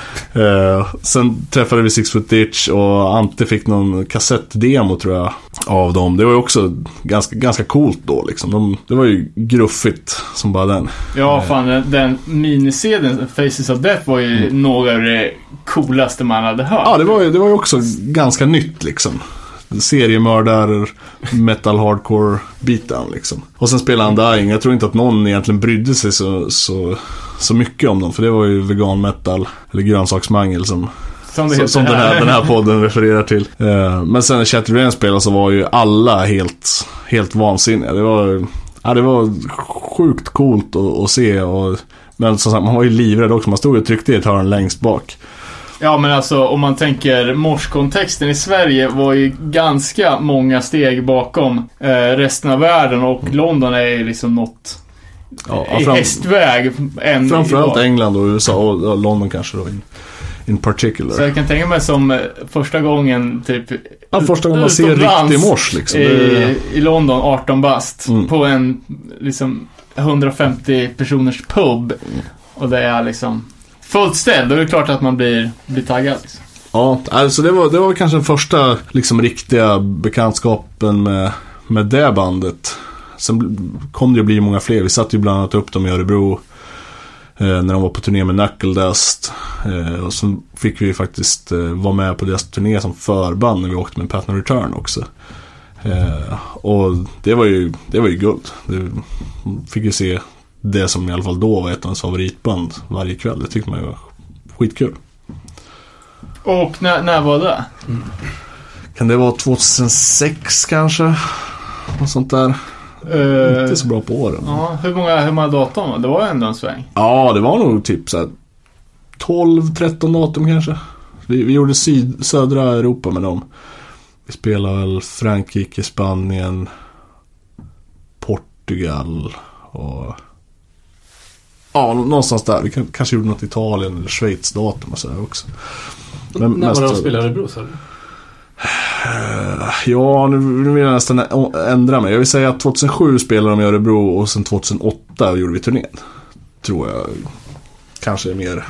Eh, sen träffade vi Six Foot Ditch och Ante fick någon kassettdemo tror jag av dem. Det var ju också ganska, ganska coolt då liksom. De, det var ju gruffigt som bara den. Ja, fan, den, den minisedeln Faces of Death var ju mm. något av det coolaste man hade hört. Ja, det var ju, det var ju också ganska nytt liksom. Seriemördar, metal hardcore beatdown liksom. Och sen spelade han Dying. Jag tror inte att någon egentligen brydde sig så, så, så mycket om dem, för det var ju vegan metal eller grönsaksmangel som Som, så, som den, här, den här podden refererar till. uh, Men sen när Shattered Brain spelade så var ju alla helt, helt vansinniga. Det var, ja, det var sjukt coolt att, att se och, men som sagt, man var ju livrädd också. Man stod och tryckte i ett hörn längst bak. Ja, men alltså om man tänker morskontexten i Sverige var ju ganska många steg bakom eh, resten av världen. Och mm. London är ju liksom något ja, i fram, hästväg än framförallt idag. England och U S A och, och London kanske då in, in particular. Så jag kan tänka mig som första gången typ ja, första gången man ser riktig mors liksom. i, det... i London, arton bast mm. på en liksom hundrafemtio personers pub. Mm. Och det är liksom fullt ställ, då är det klart att man blir, blir taggad liksom. Ja, alltså det var, det var kanske den första liksom riktiga bekantskapen med, med det bandet. Sen kom det ju bli många fler. Vi satt ju bland annat upp dem i Örebro eh, när de var på turné med Knuckle Dust. Eh, och så fick vi faktiskt eh, vara med på deras turné som förband när vi åkte med Path No Return också. Eh, och det var ju, det var ju guld. Det fick ju se det som i alla fall då var ett av ens favoritband varje kväll. Det tyckte man ju var skitkul. Och när, när var det? Mm. Kan det vara tjugohundrasex kanske? Något sånt där. Uh, inte så bra på åren. Ja, hur många, hur många datum? Det var ju ändå en sväng. Ja, det var nog typ så här tolv tretton datum kanske. Vi, vi gjorde syd, södra Europa med dem. Vi spelade väl Frankrike, Spanien, Portugal och ja, någonstans där. Vi kanske gjorde något i Italien eller Schweiz datum och sådär också. Men när var det de spelade i Örebro, sa du? Ja, nu, nu vill jag nästan ändra mig. Jag vill säga att tjugohundrasju spelade de i Örebro och sen tjugohundraåtta gjorde vi turnén. Tror jag kanske är mer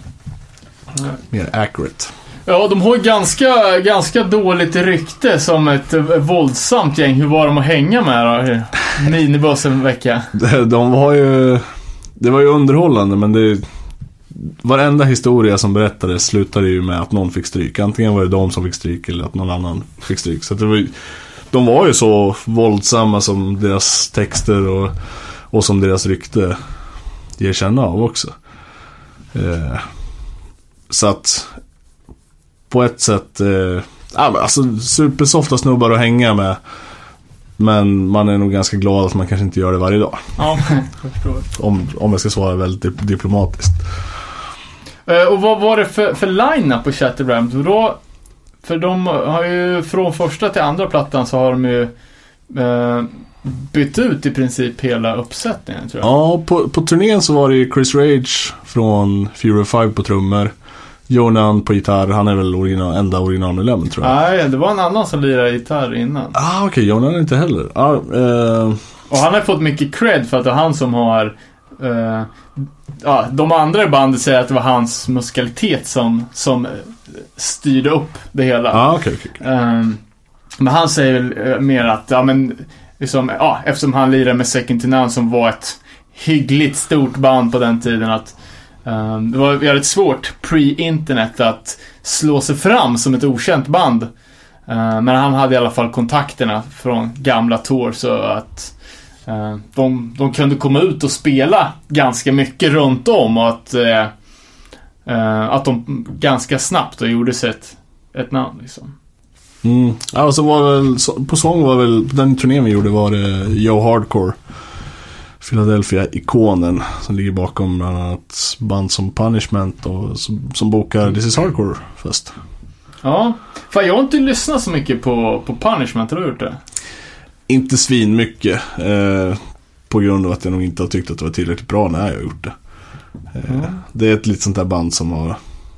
mm. mer accurate. Ja, de har ju ganska, ganska dåligt rykte som ett våldsamt gäng. Hur var de att hänga med då? Minibussen en vecka. De var ju det var ju underhållande, men det varenda historia som berättades slutade ju med att någon fick stryk. Antingen var det de som fick stryk eller att någon annan fick stryk. Så det var ju, de var ju så våldsamma som deras texter och, och som deras rykte ger känna av också. Eh, så att på ett sätt eh, alltså supersofta snubbar att hänga med. Men man är nog ganska glad att man kanske inte gör det varje dag. Ja, jag förstår. Om, om jag ska svara väldigt dip- diplomatiskt. Uh, och vad var det för, för line-up på Shattered Brain? Då, för de har ju från första till andra plattan så har de ju uh, bytt ut i princip hela uppsättningen, tror jag. Ja, på, på turnén så var det ju Chris Rage från Fury fem på trummor. Jonan på gitarr, han är väl original, enda originalmedlemmen, tror jag. Nej, det var en annan som lirade gitarr innan. Ah, okej, okay, Jonan är inte heller. Ah, uh... Och han har fått mycket cred för att det är han som har uh, ja, de andra i bandet säger att det var hans musikalitet som, som styrde upp det hela. Ah, okay, okay, okay. Uh, men han säger väl mer att ja, men, liksom, ja, eftersom han lirade med Second to None som var ett hyggligt stort band på den tiden, att Um, det var väldigt svårt pre-internet att slå sig fram som ett okänt band. Uh, men han hade i alla fall kontakterna från gamla tour, så att uh, de, de kunde komma ut och spela ganska mycket runt om, och att, uh, uh, att de ganska snabbt då gjorde sig ett, ett namn liksom. Mm. Ja, så var väl, på sång var väl, på den turnén vi gjorde var det Joe Hardcore, Philadelphia-ikonen som ligger bakom bland annat band som Punishment och som, som bokar This Is Hardcore först. Ja, för jag har inte lyssnat så mycket på, på Punishment, har du gjort det? Inte svin mycket eh, på grund av att jag nog inte har tyckt att det var tillräckligt bra när jag har gjort det. Eh, mm. Det är ett litet sånt där band som har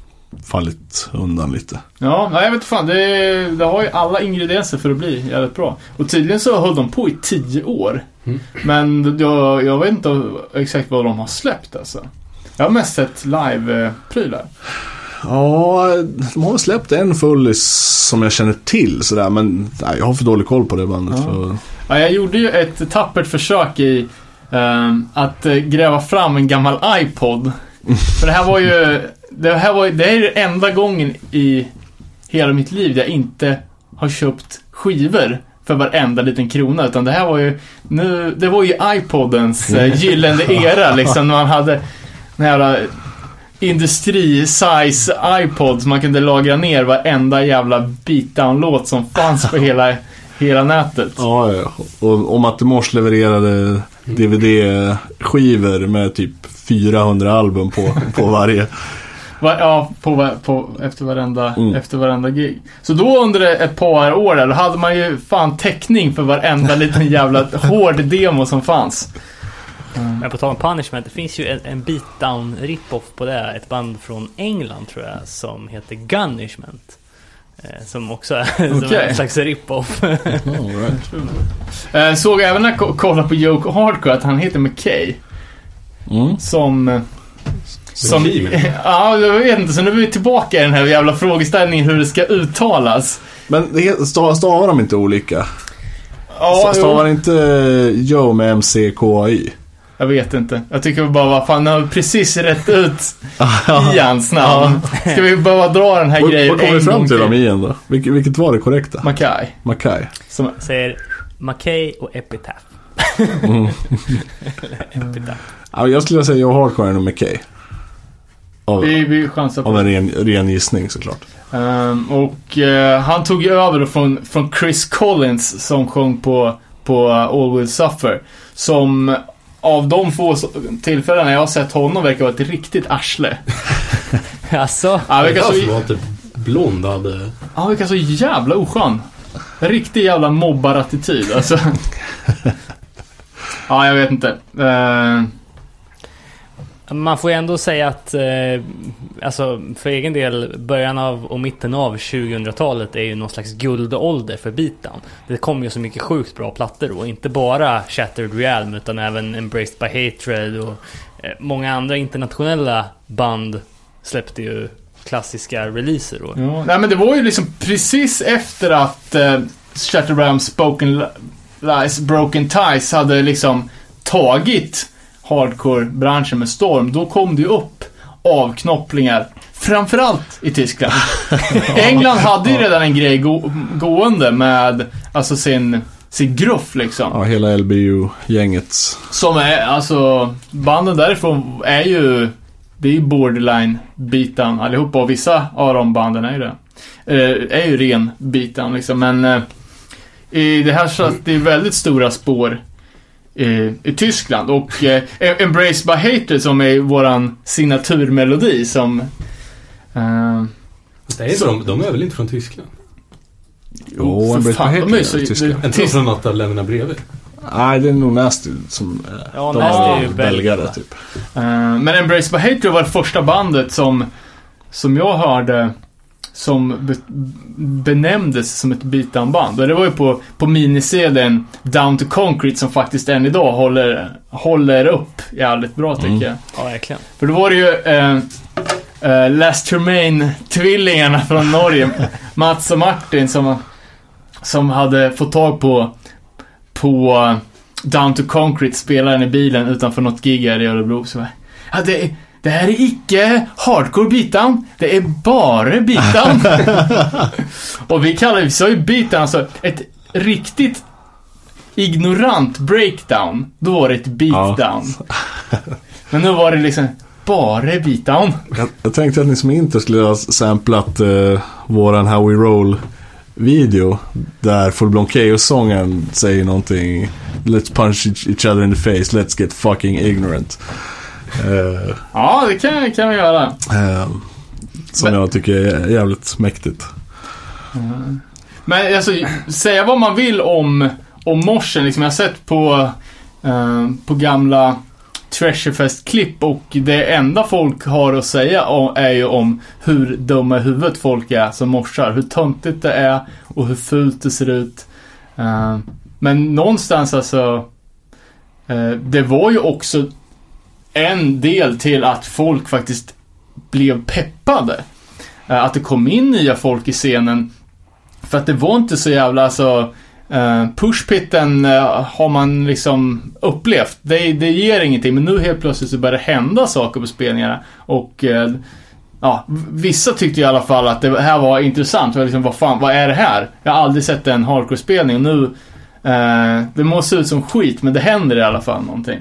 fallit undan lite. Ja, nej, jag vet inte fan, det, det har ju alla ingredienser för att bli jävligt bra. Och tydligen så höll de på i tio år. Mm. Men jag, jag vet inte exakt vad de har släppt alltså. Jag har mest sett live-prylar. Ja, de har släppt en fullis som jag känner till sådär, men nej, jag har för dålig koll på det bandet. Ja. För... Ja, jag gjorde ju ett tappert försök i eh, att gräva fram en gammal iPod. För det här var ju det här var det är ju enda gången i hela mitt liv där jag inte har köpt skivor för varenda liten krona, utan det här var ju nu det var ju iPodens eh, gyllene era liksom, när man hade den här industri-size iPod som man kunde lagra ner varenda jävla beatdown-låt som fanns på hela hela nätet. Ja, ja. Och, och Matte Mors levererade D V D-skivor med typ fyrahundra album på, på varje. Va, ja, på, på, efter, varenda, mm. efter varenda gig. Så då under ett par år där, då hade man ju fan täckning för varenda liten jävla hård demo som fanns. Mm. Men på tal om Punishment, det finns ju en, en beatdown rip-off på det. Ett band från England tror jag som heter Gunishment. Eh, som också är okay. som en slags rip-off. Oh, right. eh, såg jag även när jag kollade på Joke Hardcore att han heter McKay. Mm. Som... Som, ja, jag vet inte, så nu är vi tillbaka i den här jävla frågeställningen hur det ska uttalas. Men det stavar, stavar de inte olika? Ja, stavar inte Joe med M C K A Y? Jag vet inte. Jag tycker bara, vad fan, har precis rätt ut i hans namn. Ska vi bara dra den här vad, grejen? Vad kommer vi fram till dem igen då? Vilket, vilket var det korrekta? Mackay. Mackay. Som säger Mackay och Epitaph. Mm. Epitaph. Ja, jag skulle säga Joe Hardcore och Mackay. Av, vi, vi chansar på av en ren, ren gissning såklart. Um, och uh, han tog ju över från, från Chris Collins som sjöng på, på uh, All Will Suffer. Som av de få tillfällen jag har sett honom verkar vara ett riktigt arsle. Alltså, ja, verkar så, var typ blond hade... Ja, verkar så jävla oskön. Riktig jävla mobbarattityd alltså. Ja, jag vet inte. Uh, Man får ju ändå säga att eh, alltså för egen del, början av och mitten av tjugohundratalet är ju någon slags guldålder för beatdown. Det kom ju så mycket sjukt bra plattor då, inte bara Shattered Realm utan även Embraced by Hatred och eh, många andra internationella band släppte ju klassiska releaser då. Ja, nej, men det var ju liksom precis efter att eh, Shattered Realm, Spoken Lies, Broken Ties hade liksom tagit hardcore-branschen med storm, då kom det ju upp avknopplingar, framförallt i Tyskland. England hade ju redan en grej gå- gående med alltså sin, sin gruff liksom. Ja, hela L B U-gänget. Som är, alltså, banden därifrån är ju, det är ju borderline beatdown allihopa, och vissa av de banden är ju det. Eh, är ju ren beatdown liksom, men eh, i det här så att det är väldigt stora spår I, i Tyskland och eh, Embrace by Hatred som är våran signaturmelodi som eh, det är så, de, de är väl inte från Tyskland? Jo, oh, Embrace by Hatred är så, Tyskland. Inte från något av länderna bredvid. Nej, det är nog Nasty som äh, ja, de Nasty är ju belgare typ. eh, Men Embrace by Hatred var det första bandet som som jag hörde som be- benämndes som ett beatdown-band. Och det var ju på, på minisedeln Down to Concrete som faktiskt än idag håller, håller upp jävligt bra tycker mm. jag. Ja, verkligen. För då var det ju eh, eh, Last Tremaine-tvillingarna från Norge, Mats och Martin, som, som hade fått tag på på Down to Concrete, spelaren i bilen utanför något gig här i Örebro. Så ja, det är Det här är icke hardcore beatdown, det är bara beatdown. Och vi kallar det, vi sa ju beatdown, alltså ett riktigt ignorant breakdown. Då var det ett beatdown. Ja. Men nu var det liksom bara beatdown. Jag, jag tänkte att ni som inte skulle ha samplat uh, våran How We Roll video där Full Blown Chaos-sången säger någonting, let's punch each other in the face, let's get fucking ignorant. Uh, ja, det kan, kan vi göra. Uh, som Men, jag tycker är jävligt mäktigt. Mm. Men alltså, säga vad man vill om, om morsen. Liksom, jag har sett på, uh, på gamla Treasurefest-klipp och det enda folk har att säga om, är ju om hur dumma i huvudet folk är som morsar. Hur töntigt det är och hur fult det ser ut. Uh, men någonstans alltså, uh, det var ju också en del till att folk faktiskt blev peppade. Uh, att det kom in nya folk i scenen. För att det var inte så jävla alltså, uh, pushpitten uh, har man liksom upplevt. Det, det ger ingenting. Men nu helt plötsligt så börjar det hända saker på spelningarna. Och uh, ja, vissa tyckte i alla fall att det här var intressant. För liksom, vad fan, vad är det här? Jag har aldrig sett en hardcore-spelning. Och nu, uh, det måste se ut som skit. Men det händer i alla fall någonting.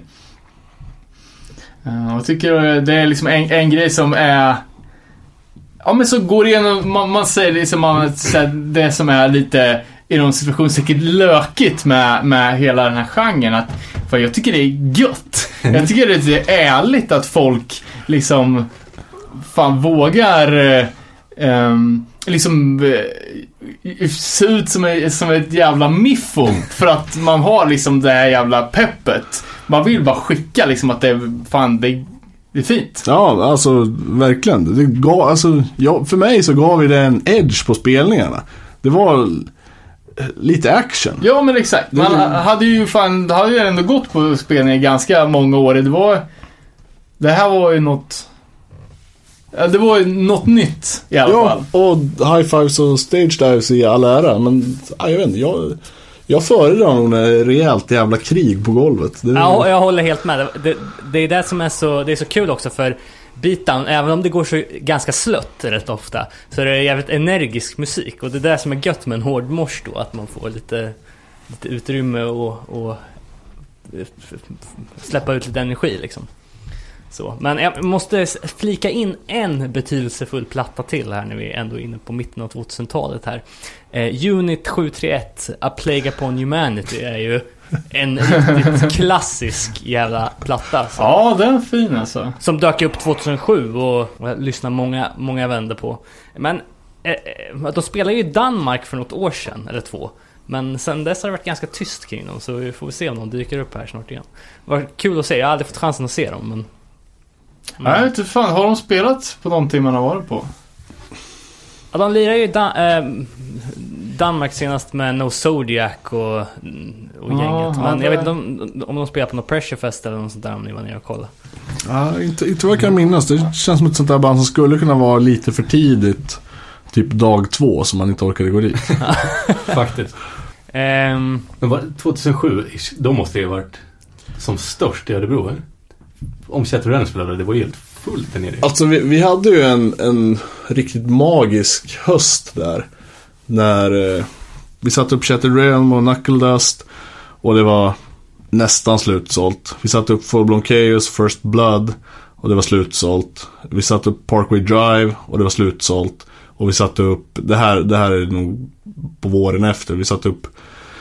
Uh, jag tycker det är liksom en, en grej som är... Ja, men så går det igenom, man, man säger liksom man, det som är lite i någon situation säkert lökigt med, med hela den här genren. Att, för jag tycker det är gött. Jag tycker det är ärligt att folk liksom fan vågar um, liksom uh, se ut som, ett, som ett jävla miffo. För att man har liksom det här jävla peppet. Man vill bara skicka liksom att det är fan det Det är fint. Ja, alltså verkligen. Det gav, alltså, ja, för mig så gav vi det en edge på spelningarna. Det var lite action. Ja, men exakt. Man det... hade ju fan, det hade ju ändå gått på spelningar ganska många år. Det var, det här var ju något, det var ju något nytt i alla ja, fall. Och high fives och stage dives i all ära. Men jag vet inte, jag... Jag föredrar nog en rejält jävla krig på golvet. Det är... Ja, jag håller helt med. Det, det är det som är så, det är så kul också för beatdown, även om det går så ganska slött rätt ofta, så är det jävligt energisk musik. Och det är det som är gött med en hård mors då, att man får lite, lite utrymme och, och släppa ut lite energi liksom. Så. Men jag måste flika in en betydelsefull platta till här när vi är ändå inne på mitten av tvåtusentalet här. Eh, Unit sju tre ett, A Plague Upon Humanity är ju en riktigt klassisk jävla platta. Så. Ja, den är fin alltså. Som dök upp tjugohundrasju och, och jag lyssnar många, många vänner på. Men eh, de spelade ju i Danmark för något år sedan, eller två. Men sen dess har det varit ganska tyst kring dem, så vi får se om de dyker upp här snart igen. Det var kul att se, jag har aldrig fått chansen att se dem, men... Mm. Jag vet inte fan, har de spelat på de timmarna har varit på? Ja, de lirar ju Dan- äh, Danmark senast med No Zodiac och, och gänget. Ah, men det... jag vet inte om, om de spelar på någon Pressure Fest eller något sånt där, om ni var nere och kolla. Ja, inte, inte vad jag kan minnas. Det känns som ett sånt där band som skulle kunna vara lite för tidigt. Typ dag två som man inte orkade gå dit. Faktiskt. Um, Men var tjugohundrasju, då måste det ha varit som störst i Örebro, eller? Om Chateaubriand spelade, det var helt fullt där nere. Alltså vi, vi hade ju en, en riktigt magisk höst där. När eh, vi satte upp Chateaubriand och Knuckle Dust. Och det var nästan slutsålt. Vi satte upp Full Blown Chaos, First Blood. Och det var slutsålt. Vi satte upp Parkway Drive och det var slutsålt. Och vi satte upp, det här, det här är nog på våren efter. Vi satte upp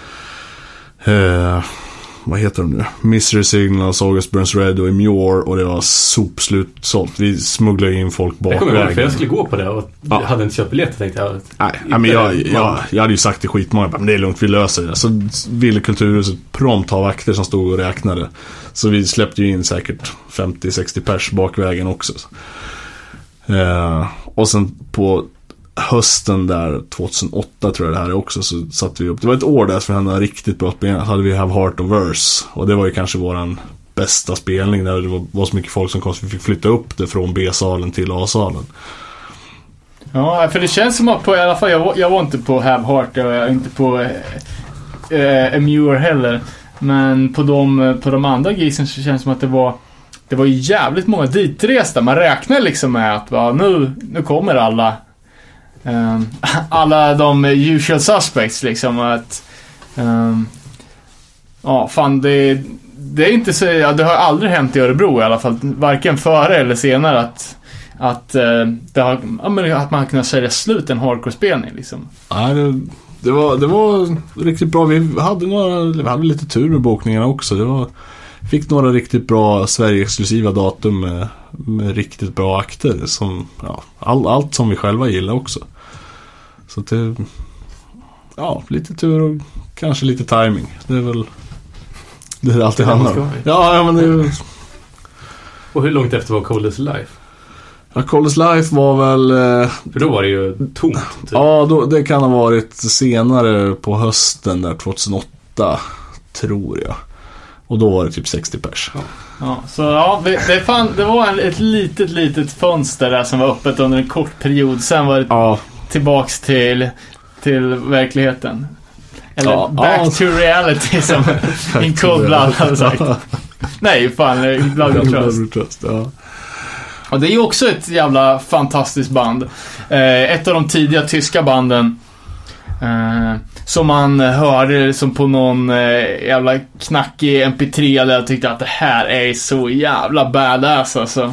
eh, vad heter de nu? Misery Signals, August Burns Red och Immure. Och det var sopslutsålt. Vi smugglade in folk bakvägen. Jag kommer ihåg, för jag skulle gå på det och ja. hade inte köpt biljett, tänkte jag. Nej, men jag, jag, jag hade ju sagt det skitmånga, men det är lugnt, vi löser det. Så ville Kulturhuset prompt ha vakter som stod och räknade. Så vi släppte ju in säkert femtio sextio pers bakvägen också. Eh, och sen på hösten där tjugohundraåtta tror jag det här är också, så satte vi upp. Det var ett år där som vi hade en riktigt bra spelning. Så hade vi Have Heart of Verse. Och det var ju kanske våran bästa spelning där det var, var så mycket folk som kom så vi fick flytta upp det från B-salen till A-salen. Ja, för det känns som att på, i alla fall, jag var, jag var inte på Have Heart och jag är inte på äh, Immure heller. Men på de, på de andra gisen så känns det som att det var det var jävligt många ditresta. Man räknar liksom med att va, nu, nu kommer alla um, alla de usual suspects liksom att um, ja, fan det, det är inte så, ja, det har aldrig hänt i Örebro i alla fall, varken före eller senare att att, uh, det har, ja, men att man kan säga slut en hardcore-spelning liksom. Ja, det, det, var, det var riktigt bra. Vi hade, några, vi hade lite tur med bokningarna också. Det var, fick några riktigt bra Sverige-exklusiva datum med, med riktigt bra akter som, ja, all, allt som vi själva gillar också. Så det, ja, lite tur och kanske lite timing. Det är väl det är alltid handlar om. Ja, ja, men det är... Och hur långt efter var Coldest Life? Ja, Coldest Life var väl... Eh, För då var det ju tomt. Typ. Ja, då, det kan ha varit senare på hösten där tjugohundraåtta, tror jag. Och då var det typ sextio pers. Ja. Ja, så ja, det, det, fan, det var en, ett litet, litet fönster där som var öppet under en kort period. Sen var det Ja. tillbaks till, till verkligheten. Eller Ja, back ja. to reality som In Cold Blood hade sagt. Nej, fan, Blood and Trust. Trust, ja. Och det är ju också ett jävla fantastiskt band. Eh, ett av de tidiga tyska banden. Eh, som man hörde som på någon eh, jävla knackig M P tre där jag tyckte att det här är så jävla badass alltså.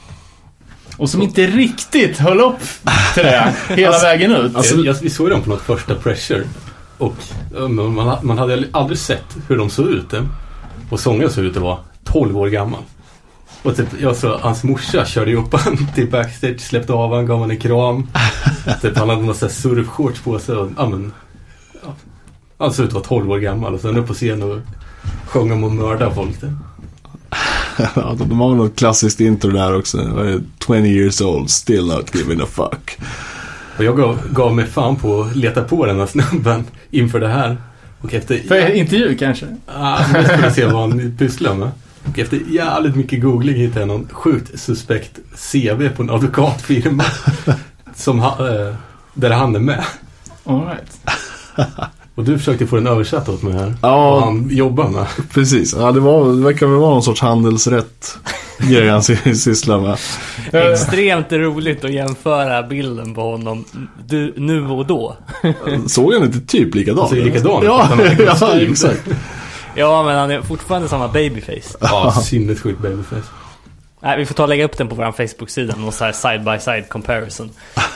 Och som inte riktigt höll upp till det hela alltså, vägen ut. Alltså, jag, vi såg dem på något första Pressure. Och um, man, man hade aldrig sett hur de såg ut. Eh? Och sångaren såg ut att vara tolv år gammal. Och typ, jag så, hans morsa körde ju upp han till backstage, släppte av han, gav han en kram. Typ, han hade några så här surfshorts på sig och, ja, men, ja, han såg ut att vara tolv år gammal. Och sen upp på scen och sjöng om och mörda folk där. Ja, de har något klassiskt intro där också. twenty years old, still not giving a fuck. Och jag gav, gav mig fan på att leta på den här snubben inför det här. Och efter, För ja, intervju kanske? Ja, jag skulle se vad han pysslar med. Och efter jävligt mycket googling hittade jag någon sjukt suspekt C V på en advokatfirma som ha, eh, där han är med. All right. Och du försökte få den översatt åt mig här. Ja, och han jobbar med. Precis, ja, det, var, det verkar väl vara någon sorts handelsrätt grej han sysslar med. Extremt roligt att jämföra bilden på honom du, nu och då. Såg han inte typ likadan? Alltså likadan? Ja, ja, exakt. Ja, men han är fortfarande samma babyface. Ja, sinnessjukt babyface. Nej, vi får ta och lägga upp den på vår Facebook-sida. Någon så här side-by-side comparison.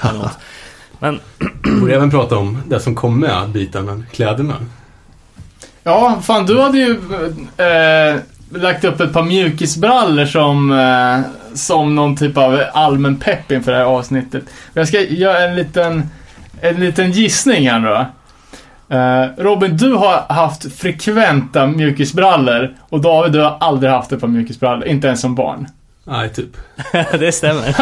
Men borde även prata om det som kom med bitarna, kläderna. Ja, fan, du hade ju eh, lagt upp ett par mjukisbrallor som, eh, som någon typ av allmän pepp inför det här avsnittet. Jag ska göra en liten, en liten gissning här då. Uh, Robin, du har haft frekventa mjukisbrallor och David, du har aldrig haft ett par mjukisbrallor, inte ens som barn. Nej, typ. Det stämmer.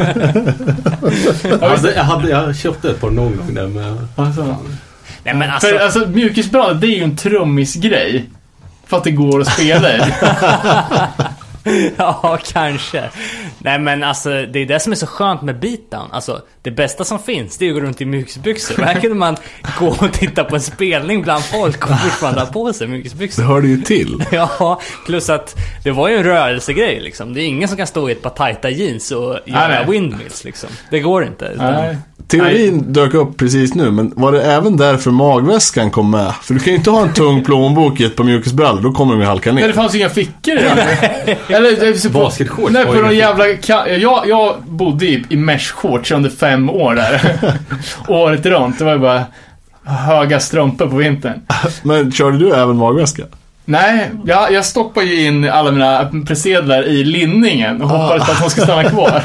jag, hade, jag, hade, jag köpte ett par någon gång där med... Alltså. Nej, men alltså... För alltså, mjukisbrallor, det är ju en trummisgrej. För att det går att spela i. Ja, kanske. Nej, men alltså, det är det som är så skönt med beatdown. Alltså, det bästa som finns, det är att gå runt i mjukisbyxor. Här kunde man gå och titta på en spelning bland folk och fortfarande ha på sig mjukisbyxor. Det hörde ju till. Ja, plus att det var ju en rörelsegrej liksom. Det är ingen som kan stå i ett par tajta jeans och göra nej. windmills liksom. Det går inte. Utan... Nej. Teorin Nej. dök upp precis nu, men var det även därför magväskan kom med? För du kan ju inte ha en tung plånbok i ett par mjukisbrallor, då kommer de ju halka ner. Nej, det fanns inga fickor i den. Eller på, basketshorts. Nej, på någon jävla jag, jag bodde i, i mesh-shorts under fem år där. Året runt, det var ju bara höga strumpor på vintern. Men körde du även magväska? Nej, jag, jag stoppade ju in alla mina presedlar i linningen och hoppades på att de ska stanna kvar.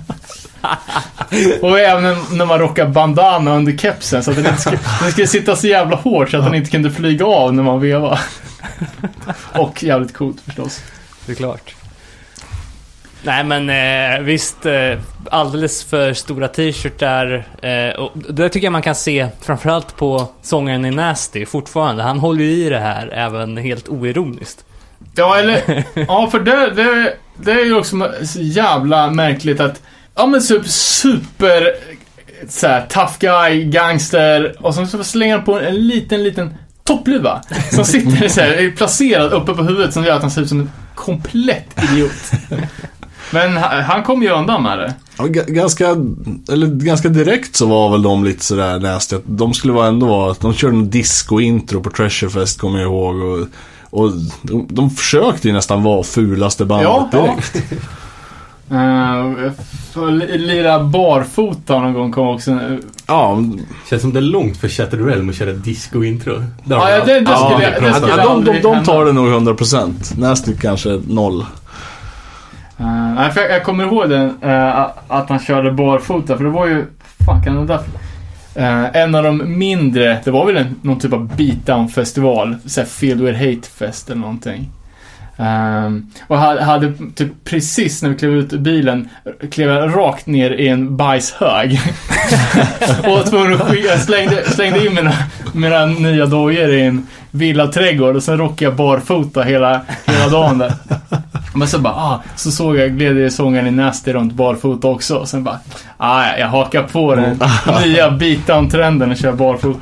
Och även när man rockar bandana under kepsen så att den inte skulle, den skulle sitta så jävla hårt så att den inte kunde flyga av när man vevar. Och jävligt coolt förstås. Det är klart. Nej, men eh, visst, eh, alldeles för stora t-shirtar. Eh, och det tycker jag man kan se framförallt på sångaren i Nasty fortfarande. Han håller ju i det här även helt oironiskt. Ja, eller ja, för det, det, det är ju också så jävla märkligt att ja, men super, super så här, tough guy, gangster och så, så slänger han på en, en liten, liten toppluva som sitter så här, är placerad uppe på huvudet som gör att han ser ut som en komplett idiot. Men han, han kom ju undan med det. Ja, g- ganska, eller ganska direkt så var väl de lite sådär näst att de skulle vara ändå vara, de körde en disco-intro på Treasurefest, kommer jag ihåg, och, och de, de försökte ju nästan vara fulaste bandet ja, direkt. Ja. Uh, för lira barfota någon gång kom också. Ja, känns som det är långt för Shattered Realm att köra disco-intro. Ja, ja, det, det ja, skulle jag, det skulle ja, de, de, de tar hända. det nog hundra procent. Nästan kanske noll. Uh, nej, för jag, jag kommer ihåg den, uh, att han körde barfota, för det var ju fan kan det där. Uh, en av de mindre, det var väl en, någon typ av beatdown-festival, såhär Filled with Hate Fest eller någonting. Um, och hade, hade typ precis när vi klev ut ur bilen klev jag rakt ner i en bajshög. Och tvungen att sk- jag slängde, slängde in mina, mina nya dojor i en villaträdgård och sen rockade jag barfota hela, hela dagen där. Men så bara, ah, så såg jag glädjesångaren i Nasty runt barfota också. Och sen bara, ah, jag hakar på den nya beatdown-trenden och kör barfota.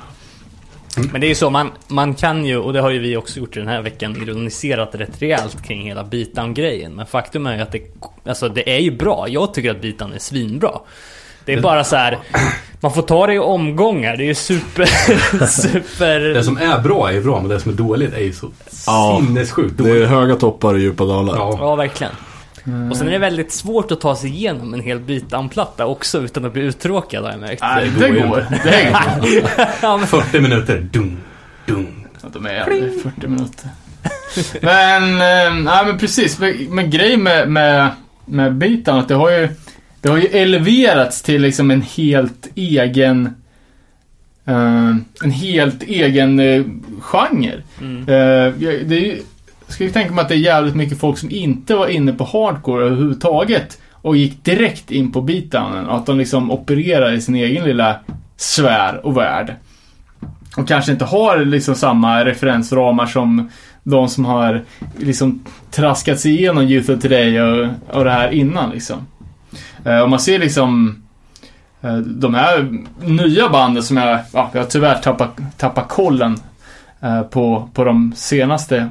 Men det är ju så, man, man kan ju, och det har ju vi också gjort den här veckan, ironiserat rätt rejält kring hela beatdown-grejen. Men faktum är ju att det, alltså det är ju bra. Jag tycker att beatdown är svinbra. Det är bara så här, man får ta det i omgångar. Det är ju super, super... Det som är bra är bra, men det som är dåligt är ju så Ja, sinnessjukt det dåligt. är höga toppar och djupa dalar. Ja. Ja, verkligen. Mm. Och sen är det väldigt svårt att ta sig igenom en hel beatdown-platta också utan att bli uttråkad, har jag märkt. Nej, det går. Det går. Ja, men... fyrtio minuter, dum, dum. Ja, de är aldrig fyrtio minuter. Men, eh, nej men precis. Men, men grej med, med, med beatdown, att det har ju det har ju eleverats till liksom en helt egen uh, en helt egen uh, genre. Mm. Uh, det är ju, ska vi tänka mig att det är jävligt mycket folk som inte var inne på hardcore överhuvudtaget och gick direkt in på beatdownen, och att de liksom opererar i sin egen lilla sfär och värld. Och kanske inte har liksom samma referensramar som de som har liksom traskat sig igenom Youth of Today och, och det här innan liksom. Uh, och man ser liksom uh, de här nya banden som jag, ja, jag har tyvärr tappat, tappat kollen uh, på, på de senaste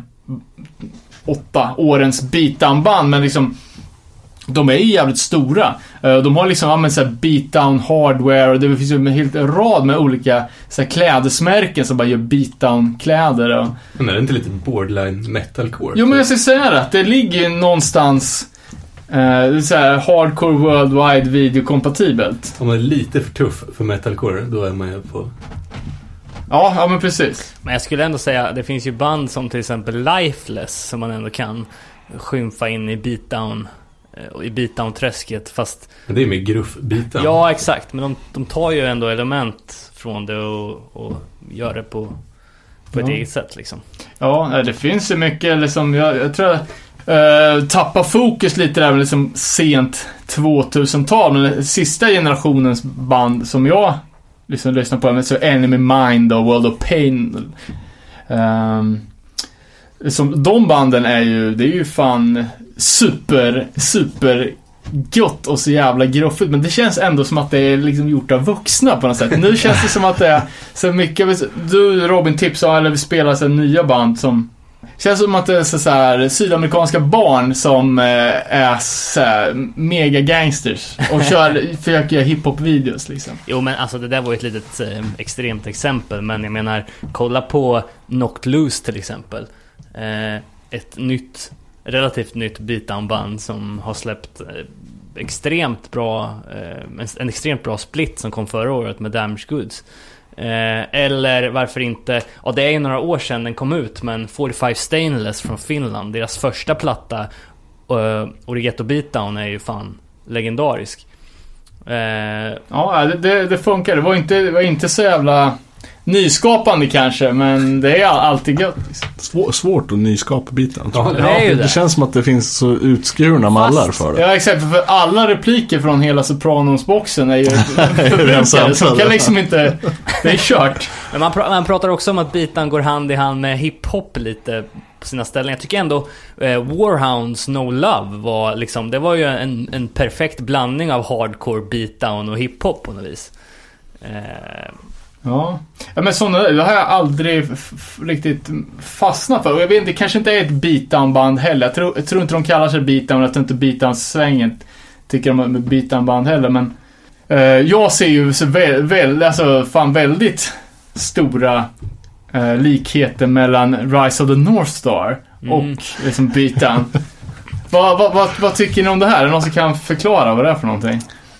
åtta årens beatdown-band, men liksom de är ju jävligt stora. Uh, de har liksom använt så här beatdown hardware, och det finns ju en helt rad med olika så här klädesmärken som bara gör beatdown-kläder. Och... Men är det inte lite borderline metalcore? Jo, men jag ska säga det, att det ligger ju någonstans uh, så här hardcore worldwide videokompatibelt. Om man är lite för tuff för metalcore, då är man ju på... Ja, ja men precis. Men jag skulle ändå säga, det finns ju band som till exempel Lifeless som man ändå kan skymfa in i beatdown och i beatdown-träsket, fast... Men det är med gruff-biten. Ja, exakt. Men de, de tar ju ändå element från det och, och gör det på, på ett ja. eget sätt liksom. Ja, det finns ju mycket liksom, jag, jag tror jag uh, tappar fokus lite där med liksom sent tvåtusental, men sista generationens band som jag liksom lyssnar på, så Enemy Mind och World of Pain. Um, som de banden är ju, det är ju fan super, super gott och så jävla gruffigt, men det känns ändå som att det är liksom gjort av vuxna på något sätt. Nu känns det som att det är så mycket, du Robin tipsade eller vi spelar så nya band som känns som att det är så, så här sydamerikanska barn som eh, är så här mega gangsters och kör, försöker göra hiphop-videos liksom. Jo, men alltså det där var ju ett litet eh, extremt exempel, men jag menar, kolla på Knocked Loose till exempel. Eh, ett nytt, relativt nytt beatdown-band som har släppt eh, extremt bra eh, en, en extremt bra split som kom förra året med Damaged Goods. Eh, eller varför inte, ja, det är ju några år sedan den kom ut, men fyrtiofem Stainless från Finland, deras första platta, uh, Origetto Beatdown, är ju fan legendarisk. eh, Ja, det, det, det funkar. Det var inte, det var inte så jävla nyskapande kanske, men det är alltid gött liksom. Svår, svårt att nyskapa biten. Ja, det är ju det. det. Känns som att det finns så utskurna mallar för det. Ja, exakt, för alla repliker från hela Sopranos-boxen är ju Redan förbrukade, så samtidigt. kan liksom inte, det är kört. Men man, pr- man pratar också om att beatdown går hand i hand med hiphop lite på sina ställen. Jag tycker ändå eh, Warhounds No Love var liksom, det var ju en, en perfekt blandning av hardcore, beatdown och hiphop på något vis. eh, Ja. Ja, men sådana, det har jag aldrig f- f- riktigt fastnat för. Och jag vet inte, det kanske inte är ett beatdown-band heller. Jag tror, jag tror inte de kallar sig beatdown, att det inte beatdown-svängen tycker de med beatdown-band heller. Men eh, jag ser ju så väl, väl, alltså fan väldigt stora eh, likheter mellan Rise of the North Star och Mm. liksom beatdown. vad, vad, vad, vad tycker ni om det här? Är det någon som kan förklara vad det är för någonting?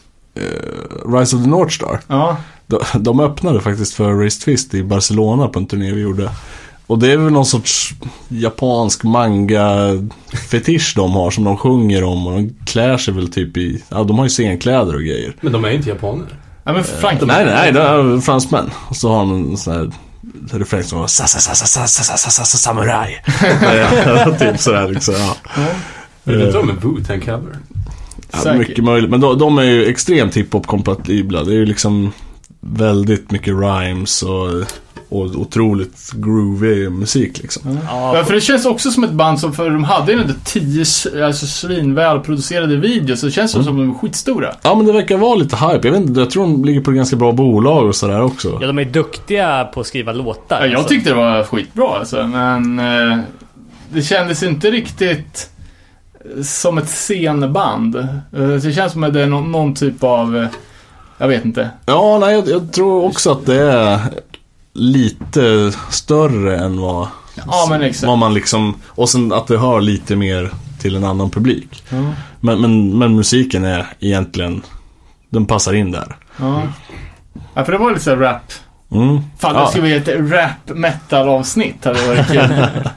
Uh, Rise of the North Star. Ja. De, de öppnade faktiskt för Wrist Fist i Barcelona på en turné vi gjorde. Och det är väl någon sorts japansk manga-fetisch de har, som de sjunger om. Och de klär sig väl typ i, ja, de har ju scenkläder och grejer. Men de är inte japaner. Ja, men Frankrike. Nej, nej, det är fransmän. Och så har han en sån här refräng som var sa sa sa sa sa sa sa sa samurai. Typ sådär liksom, ja. Är det inte med Wu-Tang cover? Ja, mycket möjligt. Men de, de är ju extremt hiphop-kompatibla. Det är ju liksom väldigt mycket rhymes och, och otroligt groovy musik liksom. Ja. Ja, för det känns också som ett band som, för de hade ju inte tio alltså svinväl producerade videos, så det känns mm. som de är skitstora. Ja, men det verkar vara lite hype. Jag vet inte, jag tror de ligger på ganska bra bolag och sådär också. Ja, de är duktiga på att skriva låtar. Ja, jag alltså. tyckte det var skitbra alltså, men eh, det kändes inte riktigt som ett scenband. Det känns som att det är någon, någon typ av, jag vet inte. Ja, nej, jag, jag tror också att det är lite större än vad, ja, men exakt. vad man liksom, och sen att det hör lite mer till en annan publik. Mm. Men, men, men musiken är egentligen, den passar in där. Ja, ja, för det var lite så rap. Mm. Fan, det ja. skulle bli ett rap metal avsnitt, hade varit kul.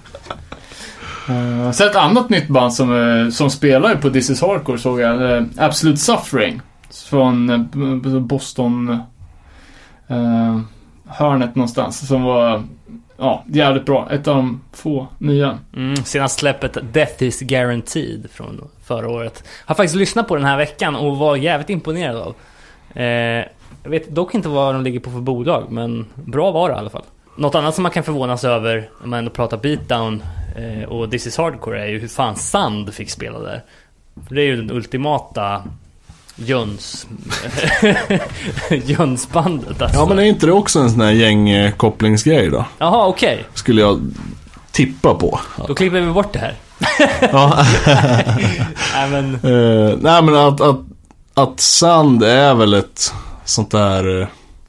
Uh, så ett annat nytt band som, uh, som spelar på This Is Hardcore såg jag, uh, Absolute Suffering från uh, Boston uh, hörnet någonstans, som var ja, jävligt bra. Ett av de få nya. Mm, senast släppet Death Is Guaranteed från förra året. Har faktiskt lyssnat på den här veckan och var jävligt imponerad av. Uh, jag vet dock inte vad de ligger på för bolag, men bra var det i alla fall. Något annat som man kan förvånas över om man ändå pratar beatdown och This Is Hardcore är ju hur fan Sand fick spela där. För det är ju den ultimata Jöns Jönsbandet alltså. Ja, men är inte det också en sån här gängkopplingsgrej då? Jaha, okej. Okay. Skulle jag tippa på. Då klipper vi bort det här. Ja. nej, men... Uh, nej, men att, att, att Sand är väl ett sånt där...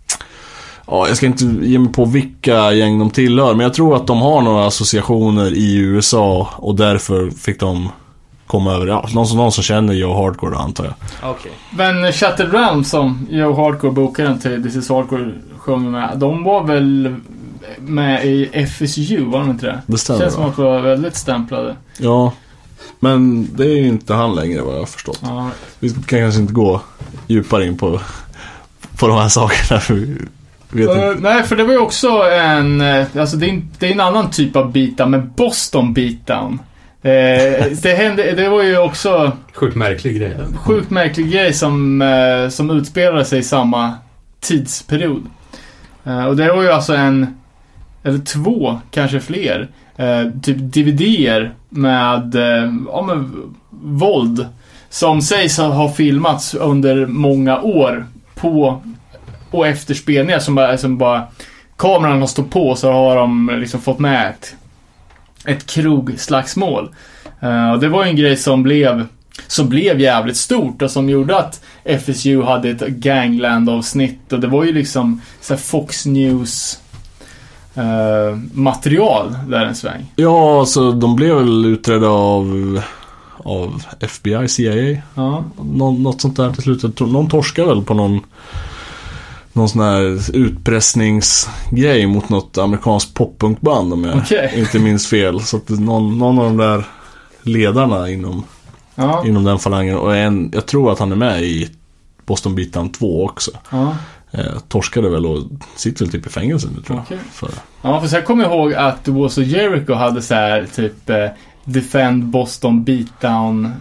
Ja, jag ska inte ge mig på vilka gäng de tillhör, men jag tror att de har några associationer i U S A och därför fick de komma över. Ja, någon som, någon som känner Joe Hardcore, antar jag. Okay. Men Shattered Realm som Joe Hardcore bokaren till This Is Hardcore sjunger med, de var väl med i F S U, var de inte det? Det stämmer. Känns som att de var väldigt stämplade. Ja, men det är ju inte han längre, vad jag har förstått. Ja. Vi kan kanske inte gå djupare in på, på de här sakerna, för Uh, nej, för det var ju också en alltså det är, det är en annan typ av beatdown, men Boston beatdown. Uh, det hände, det var ju också sjukt märklig grej. Sjukt märklig grej som uh, som utspelade sig i samma tidsperiod. Uh, och det var ju alltså en eller två, kanske fler uh, typ D V D-er med uh, ja, med våld som sägs ha filmats under många år på och efterspelningar som bara, som bara kameran har stått på, så har de liksom fått med ett, ett krogslagsmål. Uh, och det var ju en grej som blev som blev jävligt stort och som gjorde att F S U hade ett Gangland-avsnitt, och det var ju liksom så här Fox News uh, material där en sväng. Ja, så de blev väl utredda av av F B I, C I A. Ja. Nå- något sånt där till slut. Någon torskar väl på någon någon sån här utpressningsgrej mot något amerikanskt poppunkband, om jag okay. inte minns fel. Så att någon, någon av de där ledarna inom, ja. inom den falangen, och en, jag tror att han är med i Boston Beatdown två också. Ja. Eh, torskade väl och sitter väl typ i fängelse nu, tror okay. jag. För... Ja, för så jag kommer ihåg att Walls of Jericho hade så här typ eh, Defend Boston Beatdown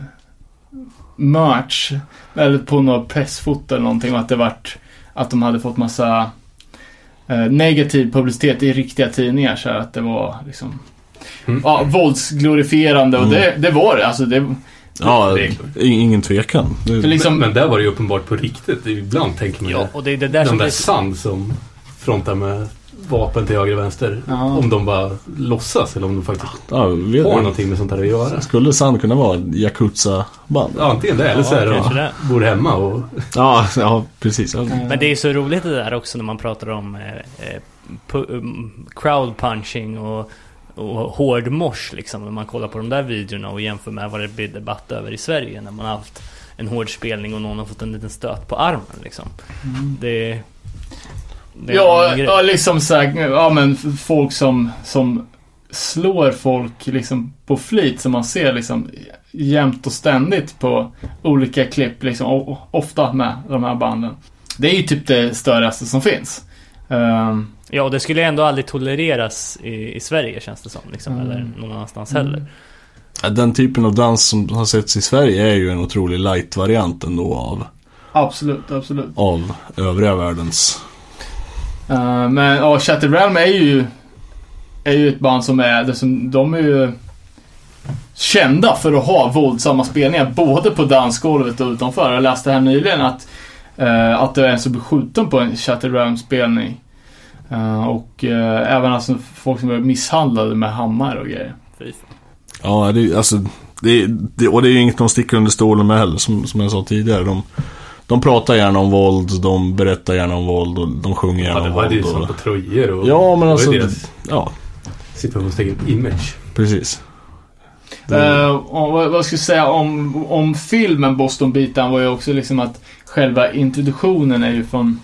merch, eller på några pressfoto eller någonting, och att det vart att de hade fått massa eh, negativ publicitet i riktiga tidningar, så att det var liksom mm. ja, våldsglorifierande, och mm. det, det var det, alltså det, ja, det, det ingen tvekan. Det, liksom, men, men där var det ju uppenbart på riktigt. Ibland tänker man ja, och det är det där de som där är... Sand som frontar med vapen till höger och vänster, ja. Om de bara låtsas eller om de faktiskt ja, vet har jag. någonting med sånt här att göra. Skulle Sand kunna vara Yakuza-band? Ja, antingen det, eller så är ja, det bor hemma och... Ja, ja precis. Ja. Men det är så roligt det där också när man pratar om eh, pu- crowd punching och, och hård mosh liksom, när man kollar på de där videorna och jämför med vad det blir debatt över i Sverige när man har haft en hård spelning och någon har fått en liten stöt på armen liksom. Mm. Det Det ja, ja, liksom så här, ja, men folk som som slår folk liksom på flit, som man ser liksom jämt och ständigt på olika klipp liksom, och, och ofta med de här banden. det är ju typ det störigaste som finns. Um, Ja, och det skulle ändå aldrig tolereras i, i Sverige, känns det som liksom, mm. eller någon annanstans mm. heller. Den typen av dans som har setts i Sverige är ju en otrolig light-variant ändå av Absolut, absolut av övriga världens. uh, Men ja, Shattered Realm är ju är ju ett band som är det som, de är ju kända för att ha våldsamma spelningar både på dansgolvet och utanför. Jag läste här nyligen att uh, att det är en som blir skjuten på en Shattered Realm-spelning. Uh, och uh, även alltså folk som är misshandlade med hammar och grejer. Ja, det, alltså, det, det, och det är ju inget de sticker under stolen med heller, som, som jag sa tidigare. De, de pratar gärna om våld, de berättar gärna om våld och de sjunger gärna ja, om våld. Ja, det var ju och, som på tröjor och ja, men alltså, deras ja. situationstecken image. Precis. Uh, och vad, vad ska jag säga om, om filmen Boston Beatdown var ju också liksom att själva introduktionen är ju från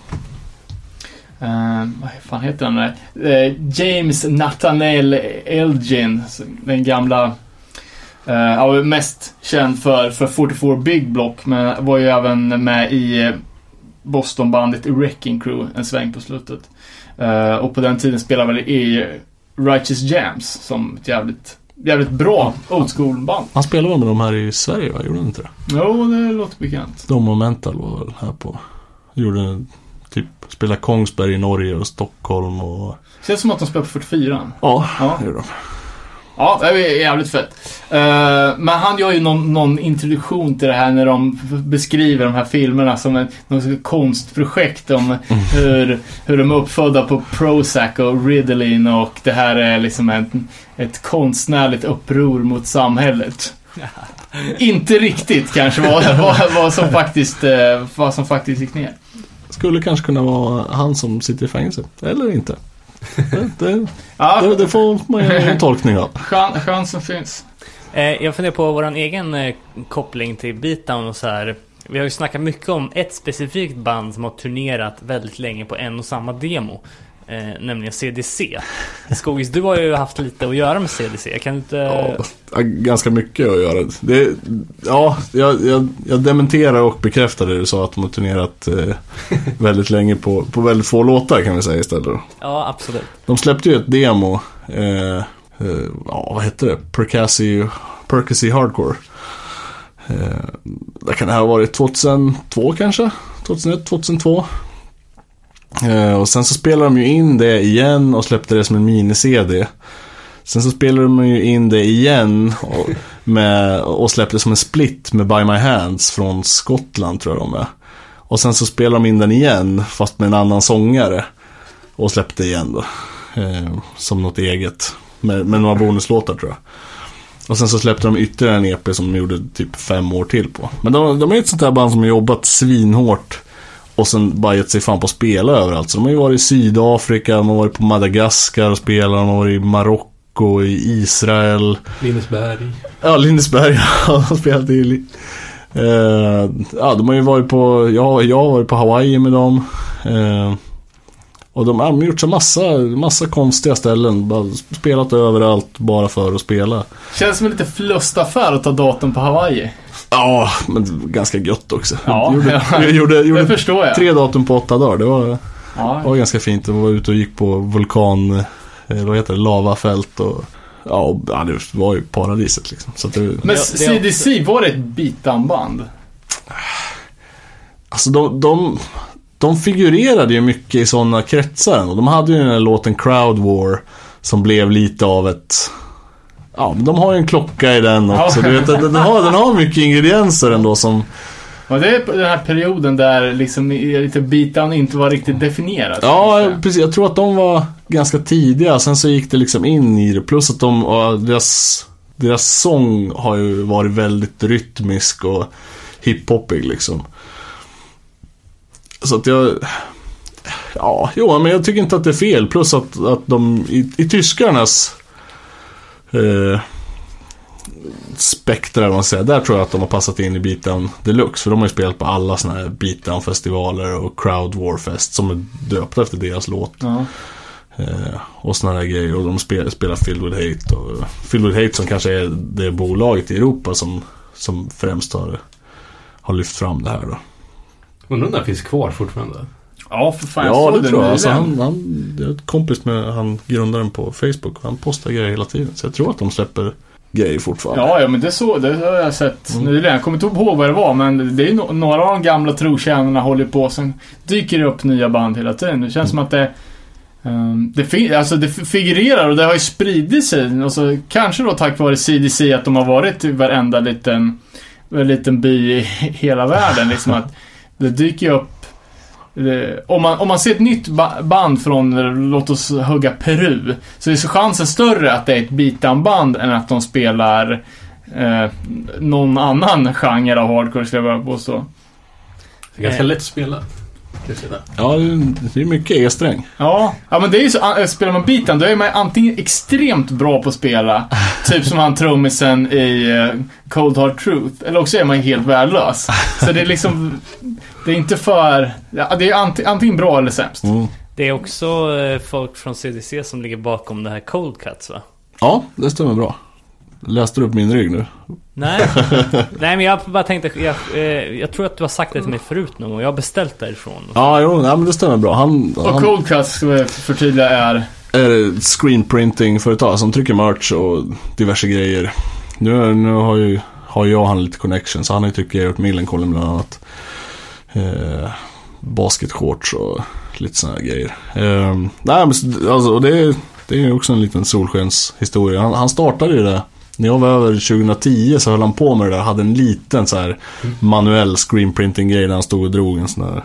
Uh, vad fan heter han där? Uh, James Nathaniel Elgin, den gamla uh, mest känd för, för fyrtiofyra Big Block, men var ju även med i Boston-bandet Wrecking Crew en sväng på slutet. Uh, och på den tiden spelade väl i Righteous Jams som ett jävligt, jävligt bra old school-band. Han spelade väl med de här i Sverige, va? Gjorde han inte det? Jo, det låter bekant. De och Mental var väl här på. Gjorde typ spela Kongsberg i Norge och Stockholm och... Känns som att de spelar på fyrtiofyra. Ja, ja. det gör de. Ja, det är jävligt fett. Uh, men han gör ju någon, någon introduktion till det här när de beskriver de här filmerna som en något konstprojekt om mm. hur, hur de är uppfödda på Prozac och Ritalin, och det här är liksom ett, ett konstnärligt uppror mot samhället. Inte riktigt kanske vad, vad, vad, som faktiskt, uh, vad som faktiskt gick ner. Skulle kanske kunna vara han som sitter i fängelse. Eller inte. Det, det, ja. det, det får man göra en tolkning av. Chans, chansen finns. Eh, jag funderar på vår egen eh, koppling till Beatdown och så här. Vi har ju snackat mycket om ett specifikt band som har turnerat väldigt länge på en och samma demo. Eh, nämligen C D C. Skogis, du har ju haft lite att göra med C D C. Jag kan inte... Ja, ganska mycket att göra. Det, ja, jag, jag, jag dementerar och bekräftar det du sa, att de har turnerat eh, väldigt länge på, på väldigt få låtar, kan vi säga istället. Ja, absolut. De släppte ju ett demo. Eh, eh, ja, vad heter det? Percassi, Percassi Hardcore. Eh, det kan det ha varit tjugohundratvå kanske? tjugohundraett, tjugohundratvå. Uh, och sen så spelade de ju in det igen och släppte det som en mini-C D. Sen så spelade de ju in det igen och, med, och släppte det som en split med By My Hands från Skottland, tror jag de är. Och sen så spelade de in den igen fast med en annan sångare och släppte igen då, uh, som något eget med, med några bonuslåtar, tror jag. Och sen så släppte de ytterligare en E P som de gjorde typ fem år till på. Men de, de är ett sånt där band som har jobbat svinhårt och sen bara gett sig fan på att spela överallt. Så de har ju varit i Sydafrika, de har varit på Madagaskar och spelat, de har varit i Marocko, i Israel. Lindesberg. Ja, Lindesberg har de spelat i. Uh, ja, de har ju varit på, ja, jag har varit på Hawaii med dem. Uh, och de har gjort så massa, massa konstiga ställen, bara spelat överallt bara för att spela. Känns som en lite förlustaffär att ta datum på Hawaii. Ja, men ganska gött också. Ja, gjorde, ja. Jag gjorde, gjorde det förstår jag. Tre datum på åtta dagar. Det var, ja. var ganska fint. Jag var ute och gick på vulkan, vad heter det, lavafält och ja, och, ja, det var ju paradiset liksom. Så att det, men det, C D C, var det ett beatdown-band? Alltså de, de, de figurerade ju mycket i sådana kretsar. Och de hade ju den här låten Crowd War som blev lite av ett... Ja, men de har ju en klocka i den också. Du vet, den, har, den har mycket ingredienser ändå som... Ja, det är den här perioden där liksom lite beatdown inte var riktigt definierat. Ja, precis. Jag tror att de var ganska tidiga. Sen så gick det liksom in i det. Plus att de, deras, deras sång har ju varit väldigt rytmisk och hiphopig liksom. Så att jag... Ja, jo, men jag tycker inte att det är fel. Plus att, att de i, i tyskarnas... Eh, spektra, man säger. Där tror jag att de har passat in i Beatdown Deluxe, för de har ju spelat på alla såna här Beatdown-festivaler och Crowd Warfest som är döpta efter deras låt. Ja. Eh, och såna här grejer. Och de spelar, spelar Filled With Hate och Filled With Hate som kanske är det bolaget i Europa som, som främst har, har lyft fram det här då. Undrar om den finns kvar fortfarande. Ja, för fan, jag Ja, såg det den tror jag. Alltså, nyligen. han, han, jag är ett kompis med han grundaren på Facebook. Han postar grejer hela tiden. Så jag tror att de släpper grejer fortfarande. Ja, ja, men det, så, det har jag sett Mm. nyligen. Jag kommer inte ihåg vad det var, men det är no- några av de gamla trotjänarna håller på. Sen dyker det upp nya band hela tiden. Det känns Mm. som att det um, det, fi- alltså det figurerar och det har ju spridit sig. Och så kanske då tack vare C D C att de har varit i varenda liten, liten by i hela världen. Liksom att det dyker upp. Det, om, man, om man ser ett nytt ba- band från, låt oss hugga Peru, så är så chansen större att det är ett beatdown-band än att de spelar eh, någon annan genre av hardcore, skulle jag bara påstå. Det är ganska lätt att spela. Ja, det är mycket E-sträng. Ja, ja, men det är ju så, äh, spelar man beatdown, då är man antingen extremt bra på att spela, typ som han trummisen i uh, Cold Hard Truth, eller också är man helt värdelös. Så det är liksom, det är inte för, ja, det är anti, antingen bra eller sämst. Mm. Det är också eh, folk från C D C som ligger bakom det här Cold Cuts, va? Ja, det stämmer bra. Läste du upp min rygg nu? Nej, nej men jag bara tänkte jag, eh, jag tror att du har sagt det till mig förut någon gång. Jag har beställt därifrån. Ja, jo, nej, men det stämmer bra. Han, Och han Cold Cuts, ska vi förtydliga, är är ett screenprinting-företag som trycker merch och diverse grejer. Nu, nu har ju har jag han lite connection, så han har ju tryckt grejer åt Millencolin bland annat. Eh, basketshorts och lite såna här grejer. Eh, nej, men alltså, och det är, det är också en liten solskenshistoria. Han, han startade ju det. När jag var över tjugohundratio så höll han på med det där. Hade en liten så här manuell screenprinting-grej där han stod och drog en sån här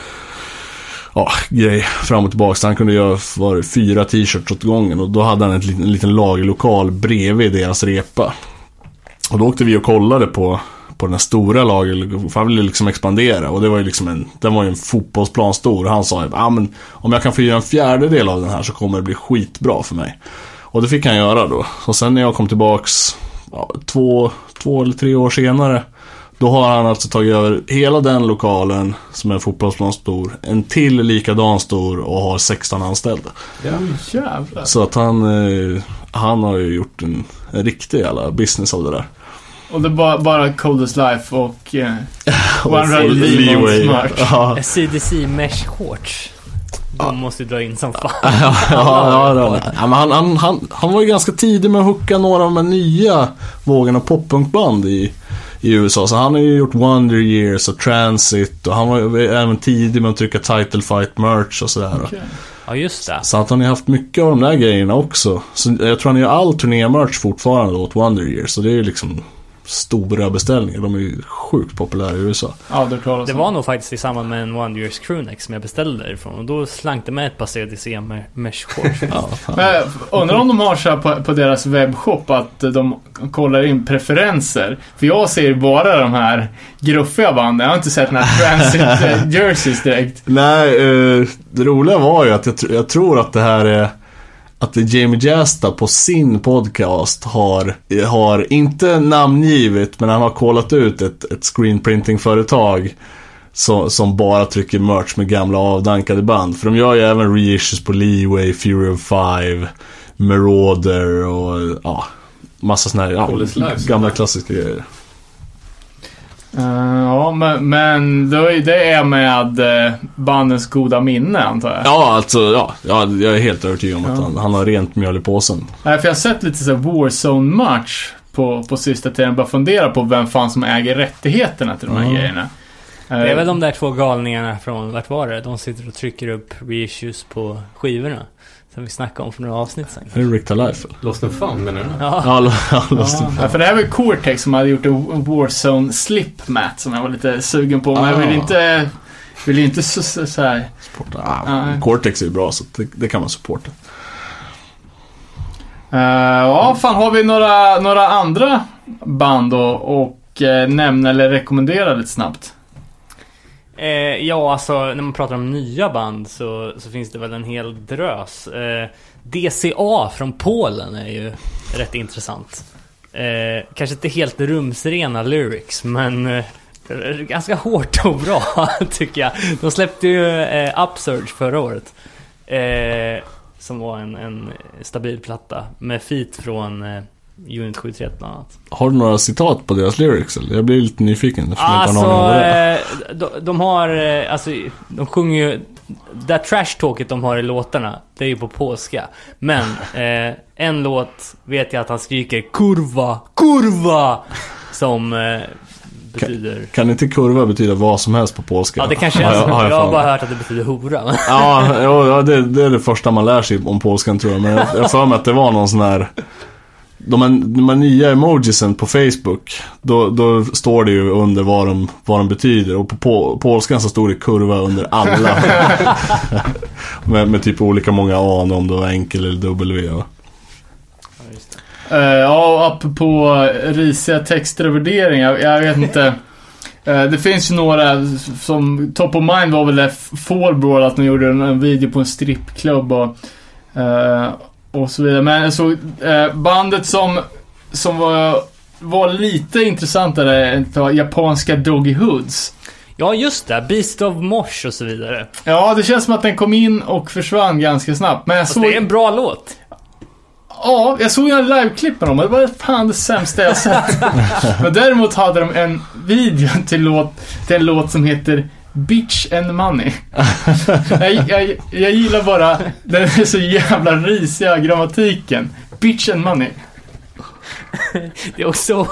ja, grej fram och tillbaka. Så han kunde göra var det, fyra t-shirts åt gången. Och då hade han ett, en liten lagerlokal bredvid deras repa. Och då åkte vi och kollade på, på den här stora lager, för han ville liksom expandera. Och det var ju liksom en, den var ju en fotbollsplan stor. Och han sa, ah, men om jag kan få göra en fjärdedel av den här så kommer det bli skitbra för mig. Och det fick han göra då. Och sen när jag kom tillbaks ja, två, två eller tre år senare, då har han alltså tagit över hela den lokalen som är en fotbollsplan stor, en till likadan stor och har sexton anställda. ja, jävlar. Så att han, eh, han har ju gjort en, en riktig jävla business av det där. Och det är bara, bara Coldest Life och eh, One Och Ride Leeway merch. Ja, C D C Mesh Shorts. De måste ju dra in som fan. ja, ja, ja, ja, men han, han, han, han var ju ganska tidig med att hooka några av de nya vågorna poppunkband i, i U S A. Så han har ju gjort Wonder Years och Transit. Och han var ju även tidig med att trycka Title Fight merch och sådär. Okay. Ja, just det. Så att han har haft mycket av de där grejerna också. Så jag tror han gör all turné-merch fortfarande åt Wonder Years. Så det är ju liksom stora beställningar. De är ju sjukt populära i U S A. Ja, det, talas Det om. var nog faktiskt i samband med en One Years Crewneck som jag beställde därifrån. Och då slank det med ett par C D C med Mesh Shorts. Ja, fan. Men jag undrar om de har så här på, på deras webbshop att de kollar in preferenser. För jag ser bara de här gruffiga banden. Jag har inte sett några transit eh, jerseys direkt. Nej, eh, det roliga var ju att jag, tr- jag tror att det här är att det Jamie Jasta på sin podcast har, har inte namngivet, men han har kollat ut ett, ett screenprinting-företag som, som bara trycker merch med gamla avdankade band. För de gör ju även reissues på Leeway, Fury of Five, Marauder och ja, massa såna här ja, gamla klassiska grejer. Uh, ja, men, men då är det är med uh, bandens goda minne, antar jag. Ja, alltså, ja, ja jag är helt övertygad om att Ja. han, han har rent mjöl i påsen. Nej, för jag har sett lite så här Warzone-match på, på sista tiden. Bara fundera på vem fan som äger rättigheterna till de här Mm. grejerna. Det är väl de där två galningarna från, vart var det? De sitter och trycker upp reissues på skivorna. Som vi snackade om för några avsnitt sen. Det är Rick Talife. Lost and Found, menar du? Ja. Ja, ja, Lost in Ja, för det här var Cortex som hade gjort en Warzone slip mat som jag var lite sugen på. Men jag vill Ah. inte vill ju inte så, så, så här. supporta. Ah, Nej. Cortex är ju bra, så det, det kan man supporta. Uh, ja, fan, har vi några, några andra band då och uh, nämna eller rekommendera lite snabbt? Eh, ja, alltså när man pratar om nya band så, så finns det väl en hel drös. Eh, D C A från Polen är ju rätt intressant. Eh, kanske inte helt rumsrena lyrics, men eh, ganska hårt och bra tycker jag. De släppte ju eh, Upsurge förra året. Eh, som var en, en stabil platta med feat från eh, Unit sjuhundratre bland annat. Har du några citat på deras lyrics? Eller? Jag blir lite nyfiken. Alltså, eh, de, de har, eh, alltså, de sjunger ju, det trash talket de har i låtarna, det är ju på polska. Men eh, en låt vet jag att han skriker kurva, kurva, som eh, betyder... Kan, kan inte kurva betyda vad som helst på polska? Ja, det kanske är så. Jag, jag har bara hört att det betyder hora. Ja, ja det, det är det första man lär sig om polskan, tror jag. Men jag, jag för mig att det var någon sån här... De här, de här nya emojisen på Facebook, då, då står det ju under vad de, vad de betyder. Och på, på polskan så står det kurva under alla. med, med typ olika många A, om det var enkel eller W. Ja, just det. Uh, ja, apropå risiga texter och värderingar, jag, jag vet inte. Uh, det finns ju några som, top of mind var väl det Fallbrawl, att de gjorde en, en video på en strippklubb och... Uh, och så vidare. Men så eh, bandet som som var, var lite intressantare var japanska Doggy Hoods. Ja, just det. Beast of Mosh och så vidare. Ja, det känns som att den kom in och försvann ganska snabbt. Men jag såg... det är en bra låt. Ja, jag såg en liveklipp med dem. Det var fan det sämsta jag sett. Men däremot hade de en video till, låt, till en låt som heter Bitch and Money. jag, jag, jag gillar bara den är så jävla risiga grammatiken. Bitch and Money. Det är också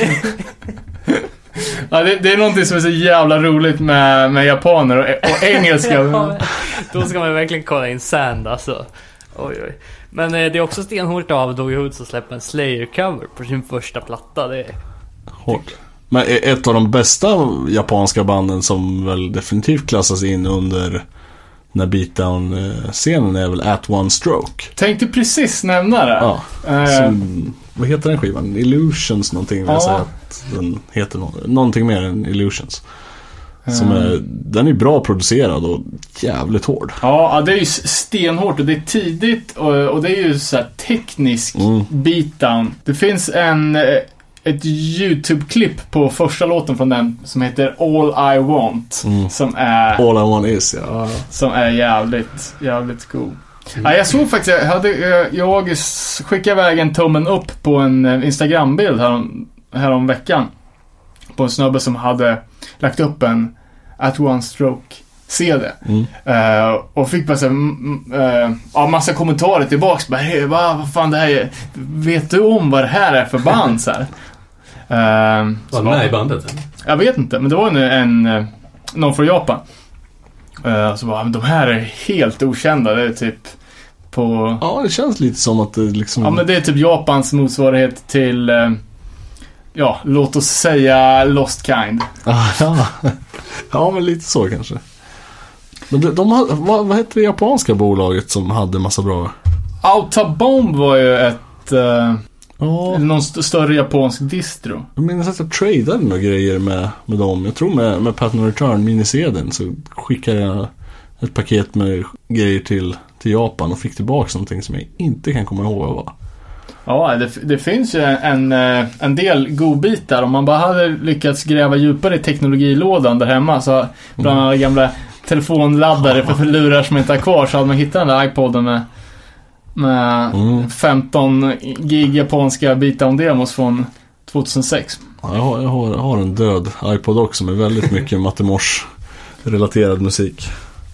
ja, det, det är någonting som är så jävla roligt med, med japaner och, och engelska. Ja, då ska man verkligen kolla in Sand, alltså. Oj, oj. Men eh, det är också stenhårt av Doggy Hoods att släppa en Slayer-cover på sin första platta. Det är hårt. Men ett av de bästa japanska banden som väl definitivt klassas in under den här beatdown-scenen är väl At One Stroke. Tänkte precis nämna det. Ja, som, vad heter den skivan? Illusions någonting. Ja. Jag säger att den heter no- någonting mer än Illusions. Som är, den är bra producerad och jävligt hård. Ja, det är ju stenhårt och det är tidigt och, och det är ju så här teknisk mm. beatdown. Det finns en... ett YouTube-klipp på första låten från den som heter All I Want mm. som är All I Want Is, ja. Som är jävligt jävligt cool. Mm. Ja, jag såg faktiskt jag, hade, jag skickade iväg en tummen upp på en Instagram-bild härom, härom veckan på en snubbe som hade lagt upp en At One Stroke C D mm. uh, och fick bara så uh, ja, massa kommentarer tillbaks bara, hey, vad, vad fan det här är, vet du om vad det här är för band så här? Uh, var det med i bandet? Jag vet inte, men det var en, en, en någon från Japan. Uh, så bara, men de här är helt okända, det är typ på... Ja, det känns lite som att det liksom... Ja, men det är typ Japans motsvarighet till uh, ja, låt oss säga Lost Kind. ja. ja, men lite så kanske. Men de, de, vad, vad heter det japanska bolaget som hade massa bra? Autabomb var ju ett uh, ja. någon st- större japansk distro. Jag minns att jag tradade några grejer med, med dem. Jag tror med, med Patent Return minisedeln så skickade jag ett paket med grejer till, till Japan och fick tillbaka någonting som jag inte kan komma ihåg vad var. Ja, det, det finns ju en, en del godbitar. Om man bara hade lyckats gräva djupare i teknologilådan där hemma, så bland alla gamla telefonladdare för lurar som inte är kvar, så hade man hittat den där iPoden med, med mm. femton gig japanska beatdown-demos från tjugohundrasex. Ja, jag, har, jag, har, jag har en död iPod också med väldigt mycket Mattemors-relaterad musik.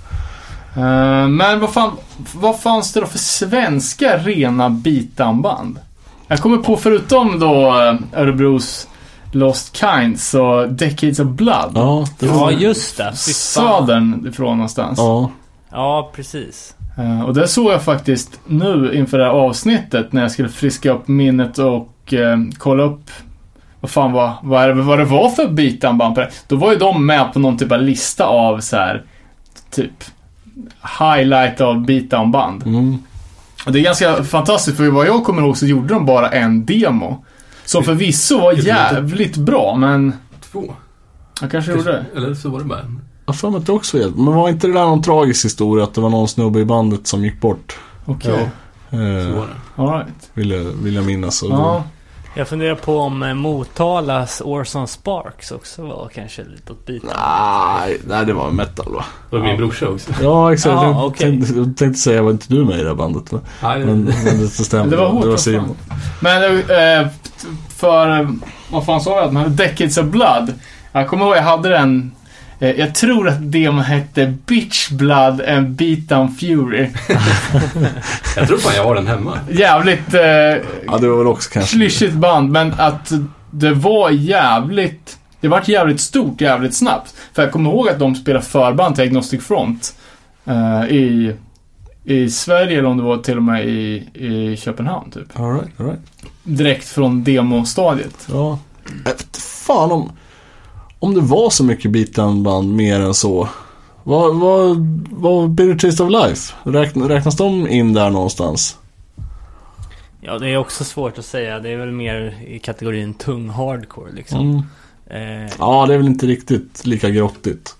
Uh, men vad fan, vad fanns det då för svenska rena beatdown-band? Jag kommer på, förutom då uh, Örebros Lost Kinds och Decades of Blood. Ja, det var... ja just det. Södern ifrån någonstans. Ja, ja precis. Uh, och det såg jag faktiskt nu inför det här avsnittet när jag skulle friska upp minnet och uh, kolla upp vad fan var, vad, det, vad det var för beatdown-band på det. Då var ju de med på någon typ av lista av så här typ highlight av beatdown-band. Mm. Och det är ganska fantastiskt, för vad jag kommer ihåg så gjorde de bara en demo som förvisso var jävligt bra, men två. Jag kanske gjorde det. Eller så var det bara en. Jag får mig att det också var. Men var inte det där någon tragisk historia att det var någon snubbe i bandet som gick bort? Okej. Okay. Ja. Eh, All right. vill, jag, vill jag minnas. Och ja. Jag funderar på om eh, Motalas Orson Sparks också var kanske lite åt biten. Nej, nej, det var metal va? Det var min brorsa också. Ja, exakt. Jaha, jag okej. tänkte, jag tänkte säga, var inte du med i det här bandet va? Nej, det- Men, men det stämmer. Det var hårt, det var vad Simon. Men eh, för, eh, vad fan sa jag? De här Decades of Blood. Jag kommer ihåg, jag hade den, eh, jag tror att demon hette Bitch Blood and Beatdown Fury. Jag tror fan jag har den hemma. Jävligt eh, Ja, det var väl också kanske. klyschigt band, men att det var jävligt, det var jävligt stort, jävligt snabbt. För jag kommer ihåg att de spelade förband till Agnostic Front eh, i, i Sverige, eller om det var till och med i, i Köpenhamn typ. All right, all right. Direkt från demostadiet. Ja. Jag vet fan om, om det var så mycket beatdown-band mer än så. Vad, vad, vad Bitter Taste of Life? Räknas, räknas de in där någonstans? Ja, det är också svårt att säga. Det är väl mer i kategorin tung hardcore liksom. Mm. Eh, Ja, det är väl inte riktigt lika grottigt.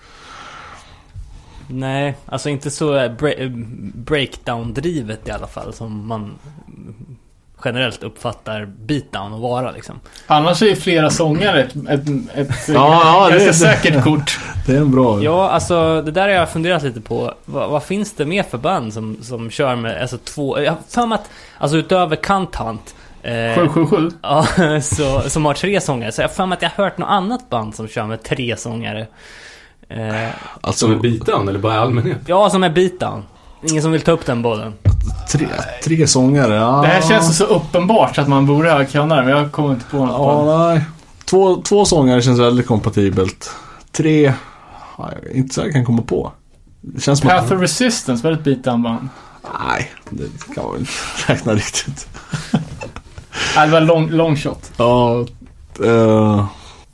nej, alltså inte så bre- breakdown-drivet i alla fall som man generellt uppfattar beatdown att vara liksom. Annars är ju flera sångare ett, ett, ett Ja, ja, det ganska är- säkert kort. Det är en bra... Ja, alltså det där har jag funderat lite på. Vad, vad finns det mer för band som, som kör med alltså två... Jag har för mig att, alltså utöver Kantant eh, sju sju sju. ja, så, som har tre sångare. Så jag har för mig att jag har hört något annat band som kör med tre sångare. Eh, Alltså, Som en beatdown eller bara i allmänhet. ja, som är beatdown. Ingen som vill ta upp den bollen. tre, tre sångare, ja. Det här känns så uppenbart att man borde ha kunnat det, men jag kommer inte på något. Ja, nej. Två, två sångare känns väldigt kompatibelt. Tre... Ja, jag är inte så jag kan komma på. Det känns som Path att... of Resistance var ett beatdown-band. Nej, det kan man väl inte räkna riktigt. Nej, det var long, long shot. Ja, uh,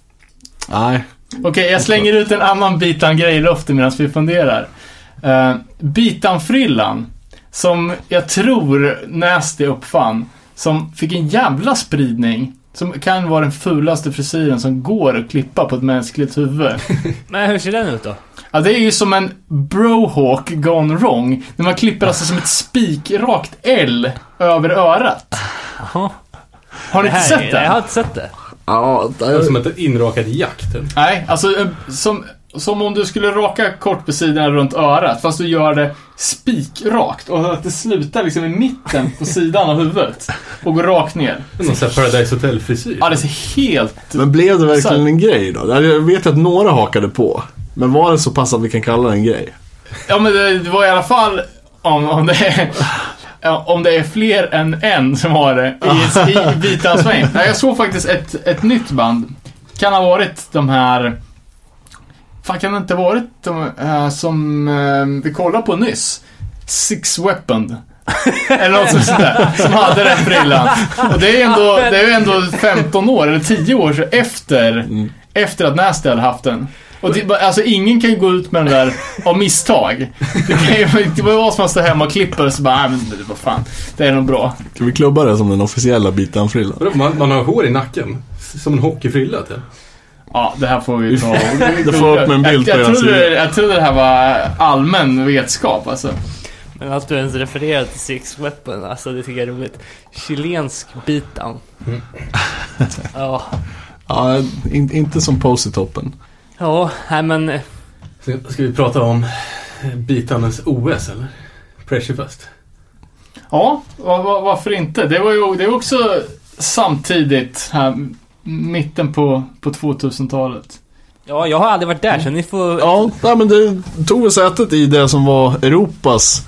nej. Okej, jag slänger ut en annan beatdown-grej i luften medan vi funderar. Uh, beatdown-frillan, som jag tror Nasty uppfann, som fick en jävla spridning, som kan vara den fulaste frisyren som går att klippa på ett mänskligt huvud. Men hur ser den ut då? Ja, det är ju som en brohawk gone wrong. När man klipper alltså som ett spikrakt L över örat. Jaha. Har ni Det inte här, sett Jag har det? inte sett det. Ja, Det är som ett inrakat jakt. Nej, alltså eh, som, som om du skulle raka kort på sidorna runt örat, fast du gör det spikrakt och att det slutar liksom i mitten på sidan av huvudet och går rakt ner. Någon sån här Paradise Hotel-frisyr. Ja, det ser helt... men blev det verkligen en grej då? Jag vet att några hakade på. Men var det så pass att vi kan kalla det en grej? Ja, men det, det var i alla fall om, om det är... Ja, om det är fler än en som har det i, i Beatdown Swain. Jag såg faktiskt ett, ett nytt band. Kan ha varit de här... Fan, kan det inte ha varit de äh, som äh, vi kollade på nyss? Six Weapon. Eller något sånt där. Som hade den frillan. Och det är ändå, det är ändå femton år eller tio år så efter, Mm. efter att Nasty hade haft den. Och det, alltså ingen kan ju gå ut med den där av misstag. Det kan ju inte vara som man står hemma och klipper och så bara, nej men det var fan, det är nog bra. Kan vi klubba det som den officiella beatdown-frillan? Vadå, Man, man har hår i nacken. Som en hockeyfrilla typ. Ja, det här får vi ta. Du får upp med en bild jag, på jag, den trodde, sidan. jag trodde det här var allmän vetskap alltså. Men att du ens refererar till Six Weapon, alltså det tycker jag är roligt. Chilensk beatdown. Mm. Ja. Ja, in, inte som Post-it-toppen. Ja, nej men... Ska, ska vi prata om beatdownens O S eller? Pressurefest. Ja, var, var, varför inte? Det var ju det var också samtidigt här, mitten på, på tvåtusentalet. Ja, jag har aldrig varit där, så ni får... Ja, nej, men det tog väl sätet i det som var Europas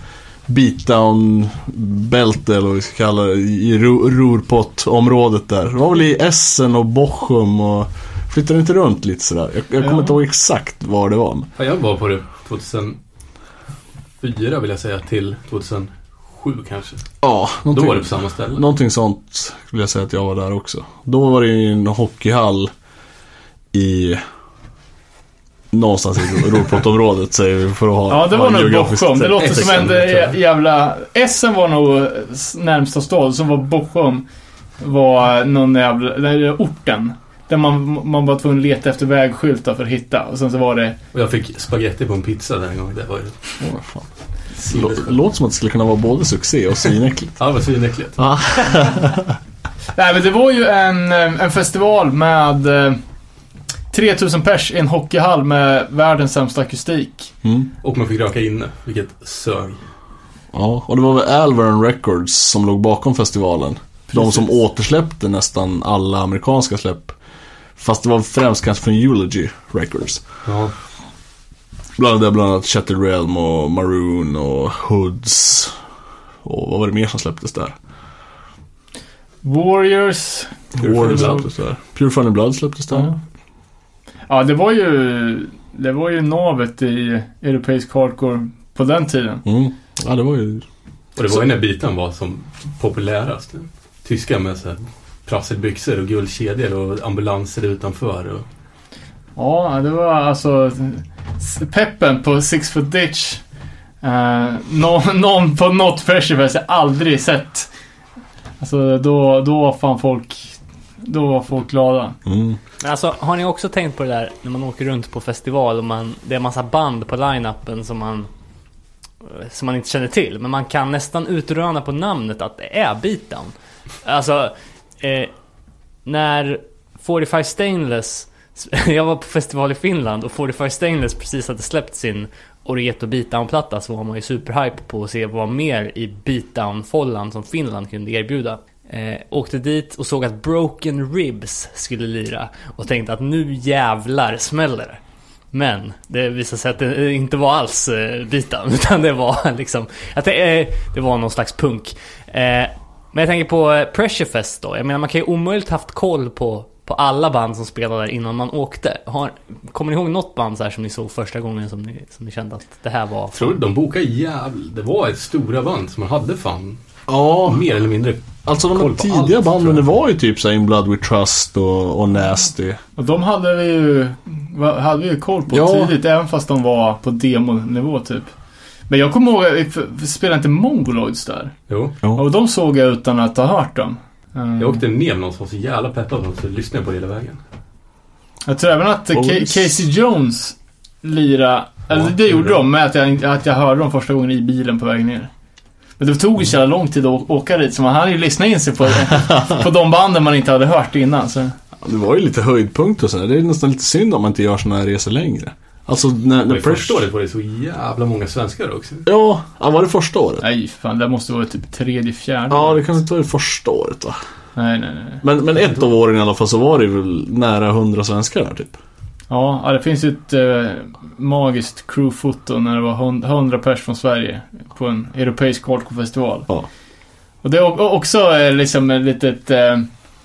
beatdown-bälte, eller vad vi ska kalla det, i Ru- Ruhrpott-området där. Det var väl i Essen och Bochum och flyttade inte runt lite sådär. Jag, jag kommer Ja. inte ihåg exakt var det var. Ja, jag var på det tjugohundrafyra vill jag säga till tjugohundrasju kanske. Ja, Då var det på samma ställe. Någonting sånt vill jag säga att jag var där också. Då var det i en hockeyhall i någonstans i Ruhrpottområdet, säger vi, för att ha. Ja, det var ha nog geografiskt Bochum. Det sett. låter Ett som en exempel, tror jag. jävla... Essen var nog närmsta stad, som var Bochum var någon jävla... Nej, orten. Där man, man var tvungen att leta efter vägskyltar för att hitta. Och sen så var det... Och jag fick spaghetti på en pizza den gången. Det var ju Åh, fan. Lå- Låter som att det skulle kunna vara både succé och svinäckligt. Ja, det var svinäckligt. Ja. Nej, men det var ju en, en festival med eh, tre tusen pers i en hockeyhall med världens sämsta akustik. Mm. Och man fick röka inne, vilket sög. Ja, och det var väl Alvaron Records som låg bakom festivalen. Precis. De som återsläppte nästan alla amerikanska släpp. Fast det var främst kanske från Eulogy Records. Ja. Bland annat, bland annat Shattered Realm och Maroon och Hoods. Och vad var det mer som släpptes där? Warriors. Warriors släpptes där. Pure Funny Blood släpptes där. Ja. Ja, det var ju det var ju navet i europeisk hardcore på den tiden. Mm. Ja, det var ju... Och det var ju när biten var som populärast. Tyska med så här prasselbyxor och guldkedjor och ambulanser utanför. Och... Ja, det var alltså peppen på Six Foot Ditch. Uh, någon, någon på något festival jag aldrig sett. Alltså då, då var fan folk då var folk glada. Mm. Men alltså, har ni också tänkt på det där när man åker runt på festival och man, det är en massa band på line-upen som man som man inte känner till, men man kan nästan utröna på namnet att det är Beatdown. Alltså eh, när fyrtiofem Stainless jag var på festival i Finland och fyrtiofem Stainless precis hade släppt sin Orieto Beatdown-platta, så var man ju superhype på att se vad mer i Beatdown-follan som Finland kunde erbjuda. Eh, åkte dit och såg att Broken Ribs skulle lira och tänkte att nu jävlar smäller det. Men det visade sig att det inte var alls eh, Beatdown, utan det var liksom att det, eh, det var någon slags punk. Eh, men jag tänker på eh, Pressure Fest då. Jag menar, man kan ju omöjligt haft koll på på alla band som spelade där innan man åkte. Har, kommer ni ihåg något band så här som ni såg första gången som ni, som ni kände att det här var... Jag tror de bokade jävligt. Det var ett stora band som man hade fan ja, mer eller mindre. Alltså de tidiga allt, banden, det var ju typ så In Blood We Trust och, och Nasty. Och de hade vi ju hade vi ju koll på ja. tidigt, även fast de var på demonivå typ. Men jag kommer ihåg, vi spelade inte Mongoloids där. Jo. jo. Och de såg jag utan att ha hört dem. Mm. Jag åkte ner med någon som var så jävla peppad och så lyssnade jag på hela vägen. Jag tror även att K- Casey Jones lira, eller ja, det gjorde de med att jag, att jag hörde dem första gången i bilen på väg ner. Men det tog ju så lång tid att åka dit, så man hade ju lyssnat in sig på, på de banden man inte hade hört innan. Så. Det var ju lite höjdpunkt och så. Det är nästan lite synd om man inte gör såna här resor längre. Alltså när, när första året var det så jävla många svenskar också. Ja, ja, var det första året? Nej, fan, det måste vara typ tredje, fjärde. Ja, det kan inte vara det första året va? Nej, nej, nej. Men, men ett av åren i alla fall så var det väl nära hundra svenskar där typ. Ja, ja, det finns ju ett eh, magiskt crewfoto när det var hundra pers från Sverige på en europeisk hardcore-festival. Ja. Och det är också eh, liksom ett litet eh,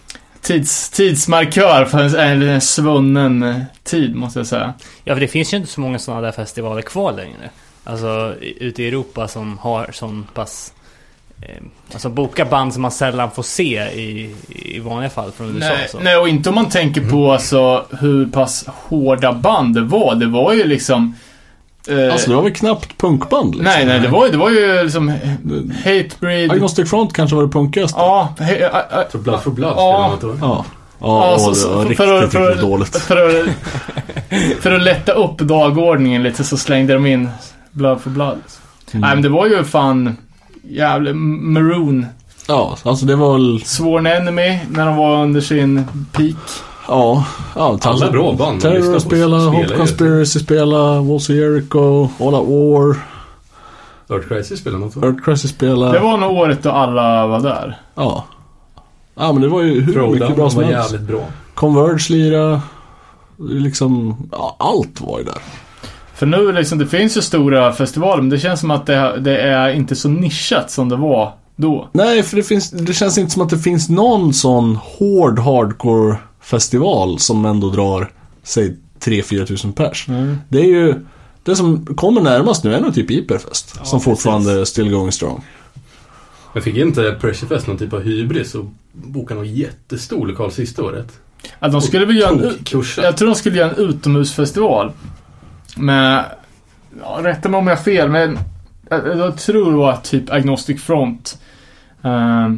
tids, tidsmarkör för en, en, en svunnen eh, tid, måste jag säga. Ja, för det finns ju inte så många sådana där festivaler kvar längre. Alltså ute i Europa som har sån pass... Eh, alltså boka band som man sällan får se i, i vanliga fall från U S A. Nej, så. nej, och inte om man tänker på mm. alltså, hur pass hårda band det var. Det var ju liksom... Eh, alltså det var väl knappt punkband liksom. Nej, nej, det var ju, det var ju liksom Hatebreed. Agnostic Front kanske var det punkigast. Ja. He, a, a, så Blood for Blood ja. spelade man då. Ja. Ja, ja så, så, det var riktigt, för, för, riktigt dåligt. För att, för att lätta upp dagordningen lite så slängde de in Blood for Blood. Mm. Nej, men det var ju fan jävla Maroon. Ja, alltså det var väl... Sworn Enemy när de var under sin peak. Ja, ja alla bra band. Terror spela, Hope Conspiracy spela, Walls of Jericho, All Out War. Earth Crisis spelade något. Earth Crisis spela. Det var nog året då alla var där. Ja. Ja, men det var ju hur Throwdown mycket bra som var helst. jävligt bra. Converge lira, liksom, ja, allt var ju där. För nu liksom, det finns ju stora festivaler, men det känns som att det, det är inte så nischat som det var då. Nej, för det, finns, det känns inte som att det finns någon sån hård hardcore festival som ändå drar, säg, tre till fyra tusen pers. Mm. Det är ju, det som kommer närmast nu är nog typ Hyperfest, ja, som fortfarande är still going strong. Jag fick inte Pressure Fest någon typ av hybris och boka någon jättestor lokal sista året. Ja, de skulle väl göra en, jag tror de skulle göra en utomhusfestival med, ja, rätta mig om jag har fel, men jag, jag tror det var typ Agnostic Front eh,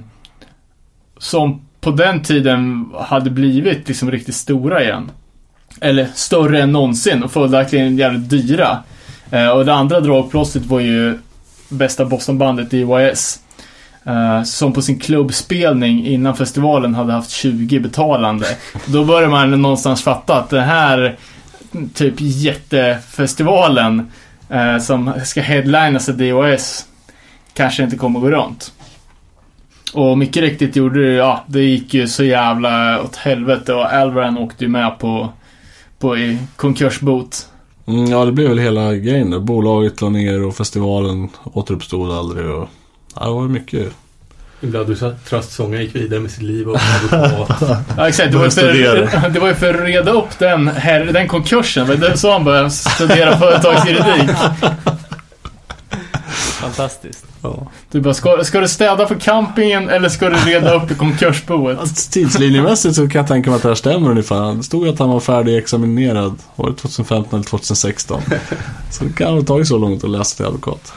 som på den tiden hade blivit liksom riktigt stora igen. Eller större än någonsin och verkligen jävligt dyra. Eh, och det andra dragplåset var ju bästa Bostonbandet i Y S. Uh, som på sin klubbspelning innan festivalen hade haft tjugo betalande. Då börjar man någonstans fatta att det här typ jättefestivalen uh, som ska headlinas av D O S kanske inte kommer gå runt. Och mycket riktigt gjorde det, ja, det gick ju så jävla åt helvete och Alvaran åkte ju med på, på i konkursbot. Mm, ja, det blev väl hela grejen där. Bolaget la ner och festivalen återuppstod aldrig och ja, det var mycket. Ibland du sa tröstsångare gick vidare med sitt liv och advokat. Ja, exakt. Det var, för, det var ju för att reda upp den, här, den konkursen. Det var så han började studera företagsjuridik. Fantastiskt. Ja. Du bara, ska, ska du städa för campingen eller ska du reda upp i konkursboet? Alltså, tidslinjemässigt så kan jag tänka mig att det här stämmer ungefär. Det stod att han var färdigexaminerad. Var det tjugohundrafemton eller tjugohundrasexton? Så det kan ha tagit så långt att läsa till advokat.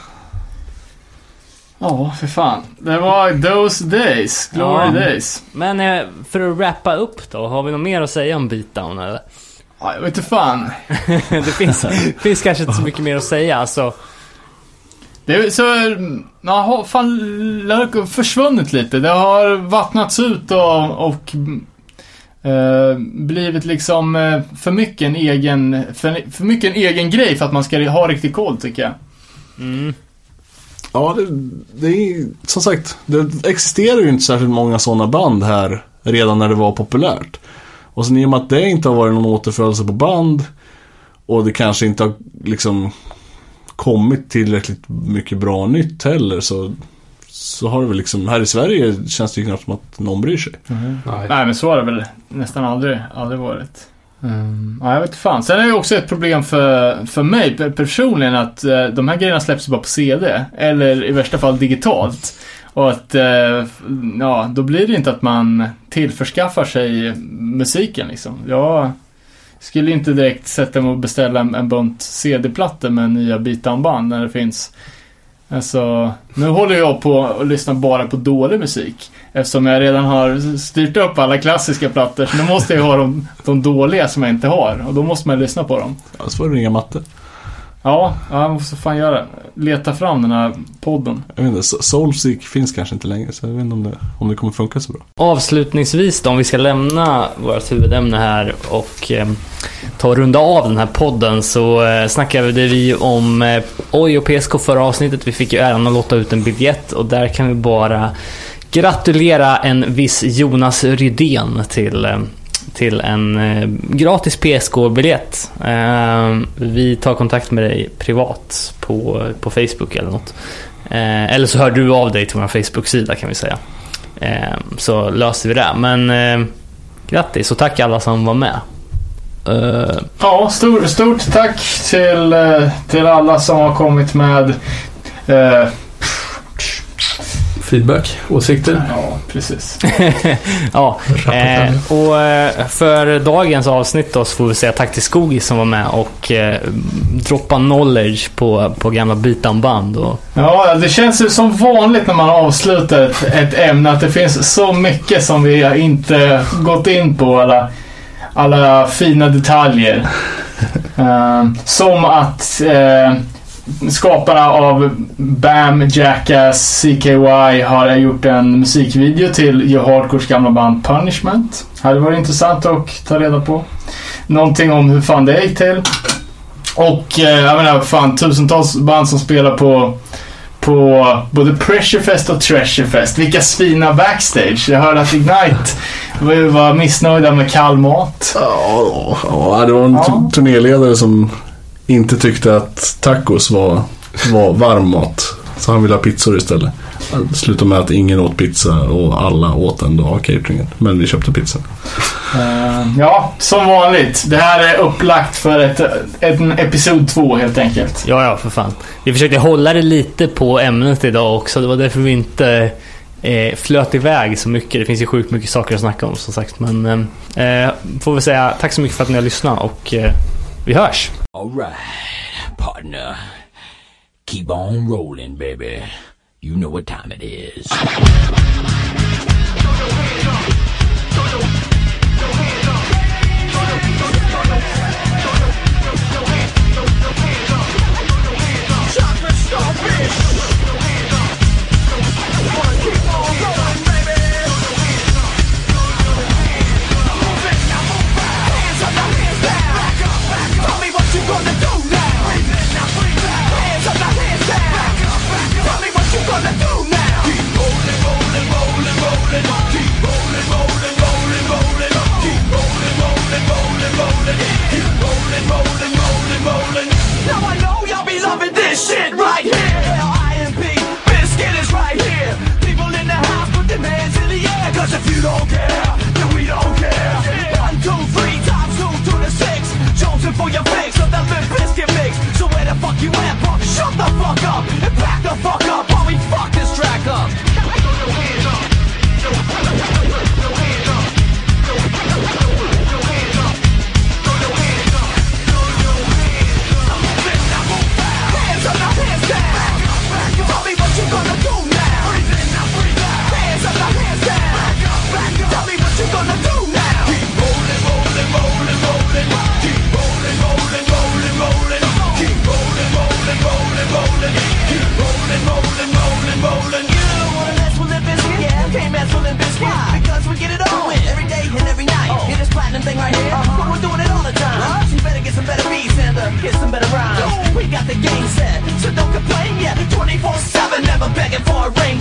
Ja, för fan. Det var those days, glory ja. days. Men eh, för att wrappa upp då, har vi något mer att säga om Beatdown eller? Ja, jag vet inte fan. Det finns, finns kanske inte så mycket mer att säga, alltså. Det är så, man har fan försvunnit lite. Det har vattnats ut och, och eh, blivit liksom eh, för mycket en egen för, för mycket en egen grej för att man ska ha riktigt koll, tycker jag. Mm. Ja, det, det är som sagt, det existerar ju inte särskilt många sådana band här redan när det var populärt. Och sen i och med att det inte har varit någon återförelse på band och det kanske inte har liksom kommit tillräckligt mycket bra nytt heller, så, så har det väl liksom, här i Sverige känns det ju knappt som att någon bryr sig. Mm. Nej. Nej, men så har det väl nästan aldrig, aldrig varit. Mm. Ja, jag vet inte fan. Sen är det också ett problem för, för mig personligen att uh, de här grejerna släpps bara på C D eller i värsta fall digitalt. Och att uh, ja, då blir det inte att man tillförskaffar sig musiken liksom. Jag skulle inte direkt sätta mig och beställa en, en bunt C D-plattor med nya Beatdown-band när det finns. Alltså, nu håller jag på att lyssna bara på dålig musik eftersom jag redan har styrt upp alla klassiska plattor, så nu måste jag ha de, de dåliga som jag inte har, och då måste man lyssna på dem. Ja, så får du ringa Matte. Ja, ja, vad ska fan göra? Leta fram den här podden. Jag vet inte, Soulseek finns kanske inte längre, så jag vet inte om det, om det kommer funka så bra. Avslutningsvis då, om vi ska lämna vårt huvudämne här och eh, ta och runda av den här podden, så eh, snackade vi om eh, Oj och P S K förra avsnittet. Vi fick ju äran att låta ut en biljett, och där kan vi bara gratulera en viss Jonas Rydén till... Eh, till en eh, gratis P S K-biljett. Eh, vi tar kontakt med dig privat på, på Facebook eller något. Eh, eller så hör du av dig till vår Facebook-sida, kan vi säga. Eh, så löser vi det. Men eh, grattis och tack alla som var med. Eh. Ja, stor, stort tack till, till alla som har kommit med eh, feedback, åsikter. Ja, precis. Ja, eh, och eh, för dagens avsnitt då så får vi säga tack till Skogi som var med och eh, droppa knowledge på, på gamla Beatdown-band. Och... Ja, det känns ju som vanligt när man avslutar ett, ett ämne att det finns så mycket som vi har inte gått in på, alla, alla fina detaljer. uh, som att... Uh, skaparna av Bam, Jackass, C K Y har gjort en musikvideo till Joe Hardcores gamla band Punishment. Det hade varit intressant att ta reda på någonting om hur fan det gick till. Och eh, jag menar, fan, tusentals band som spelar på på både Pressurefest och Treasurefest. Vilka fina backstage. Jag hörde att Ignite var, var missnöjda med kall mat. Ja, ja, det var en ja. turnéledare som inte tyckte att tacos var, var varm mat. Så han ville ha pizzor istället. Det slutade med att ingen åt pizza och alla åt ändå av cateringen. Men vi köpte pizza. Uh, ja, som vanligt. Det här är upplagt för ett, ett, en episod två helt enkelt. Ja, ja, för fan. Vi försökte hålla det lite på ämnet idag också. Det var därför vi inte eh, flöt iväg så mycket. Det finns ju sjukt mycket saker att snacka om, som sagt. Men eh, får vi säga tack så mycket för att ni har lyssnat och eh, vi hörs. All right, partner. Keep on rolling, baby. You know what time it is. Chocolate starfish.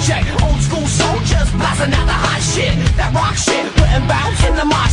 check. Old school soldiers blasting out the hot shit. That rock shit, putting bounce in the mosh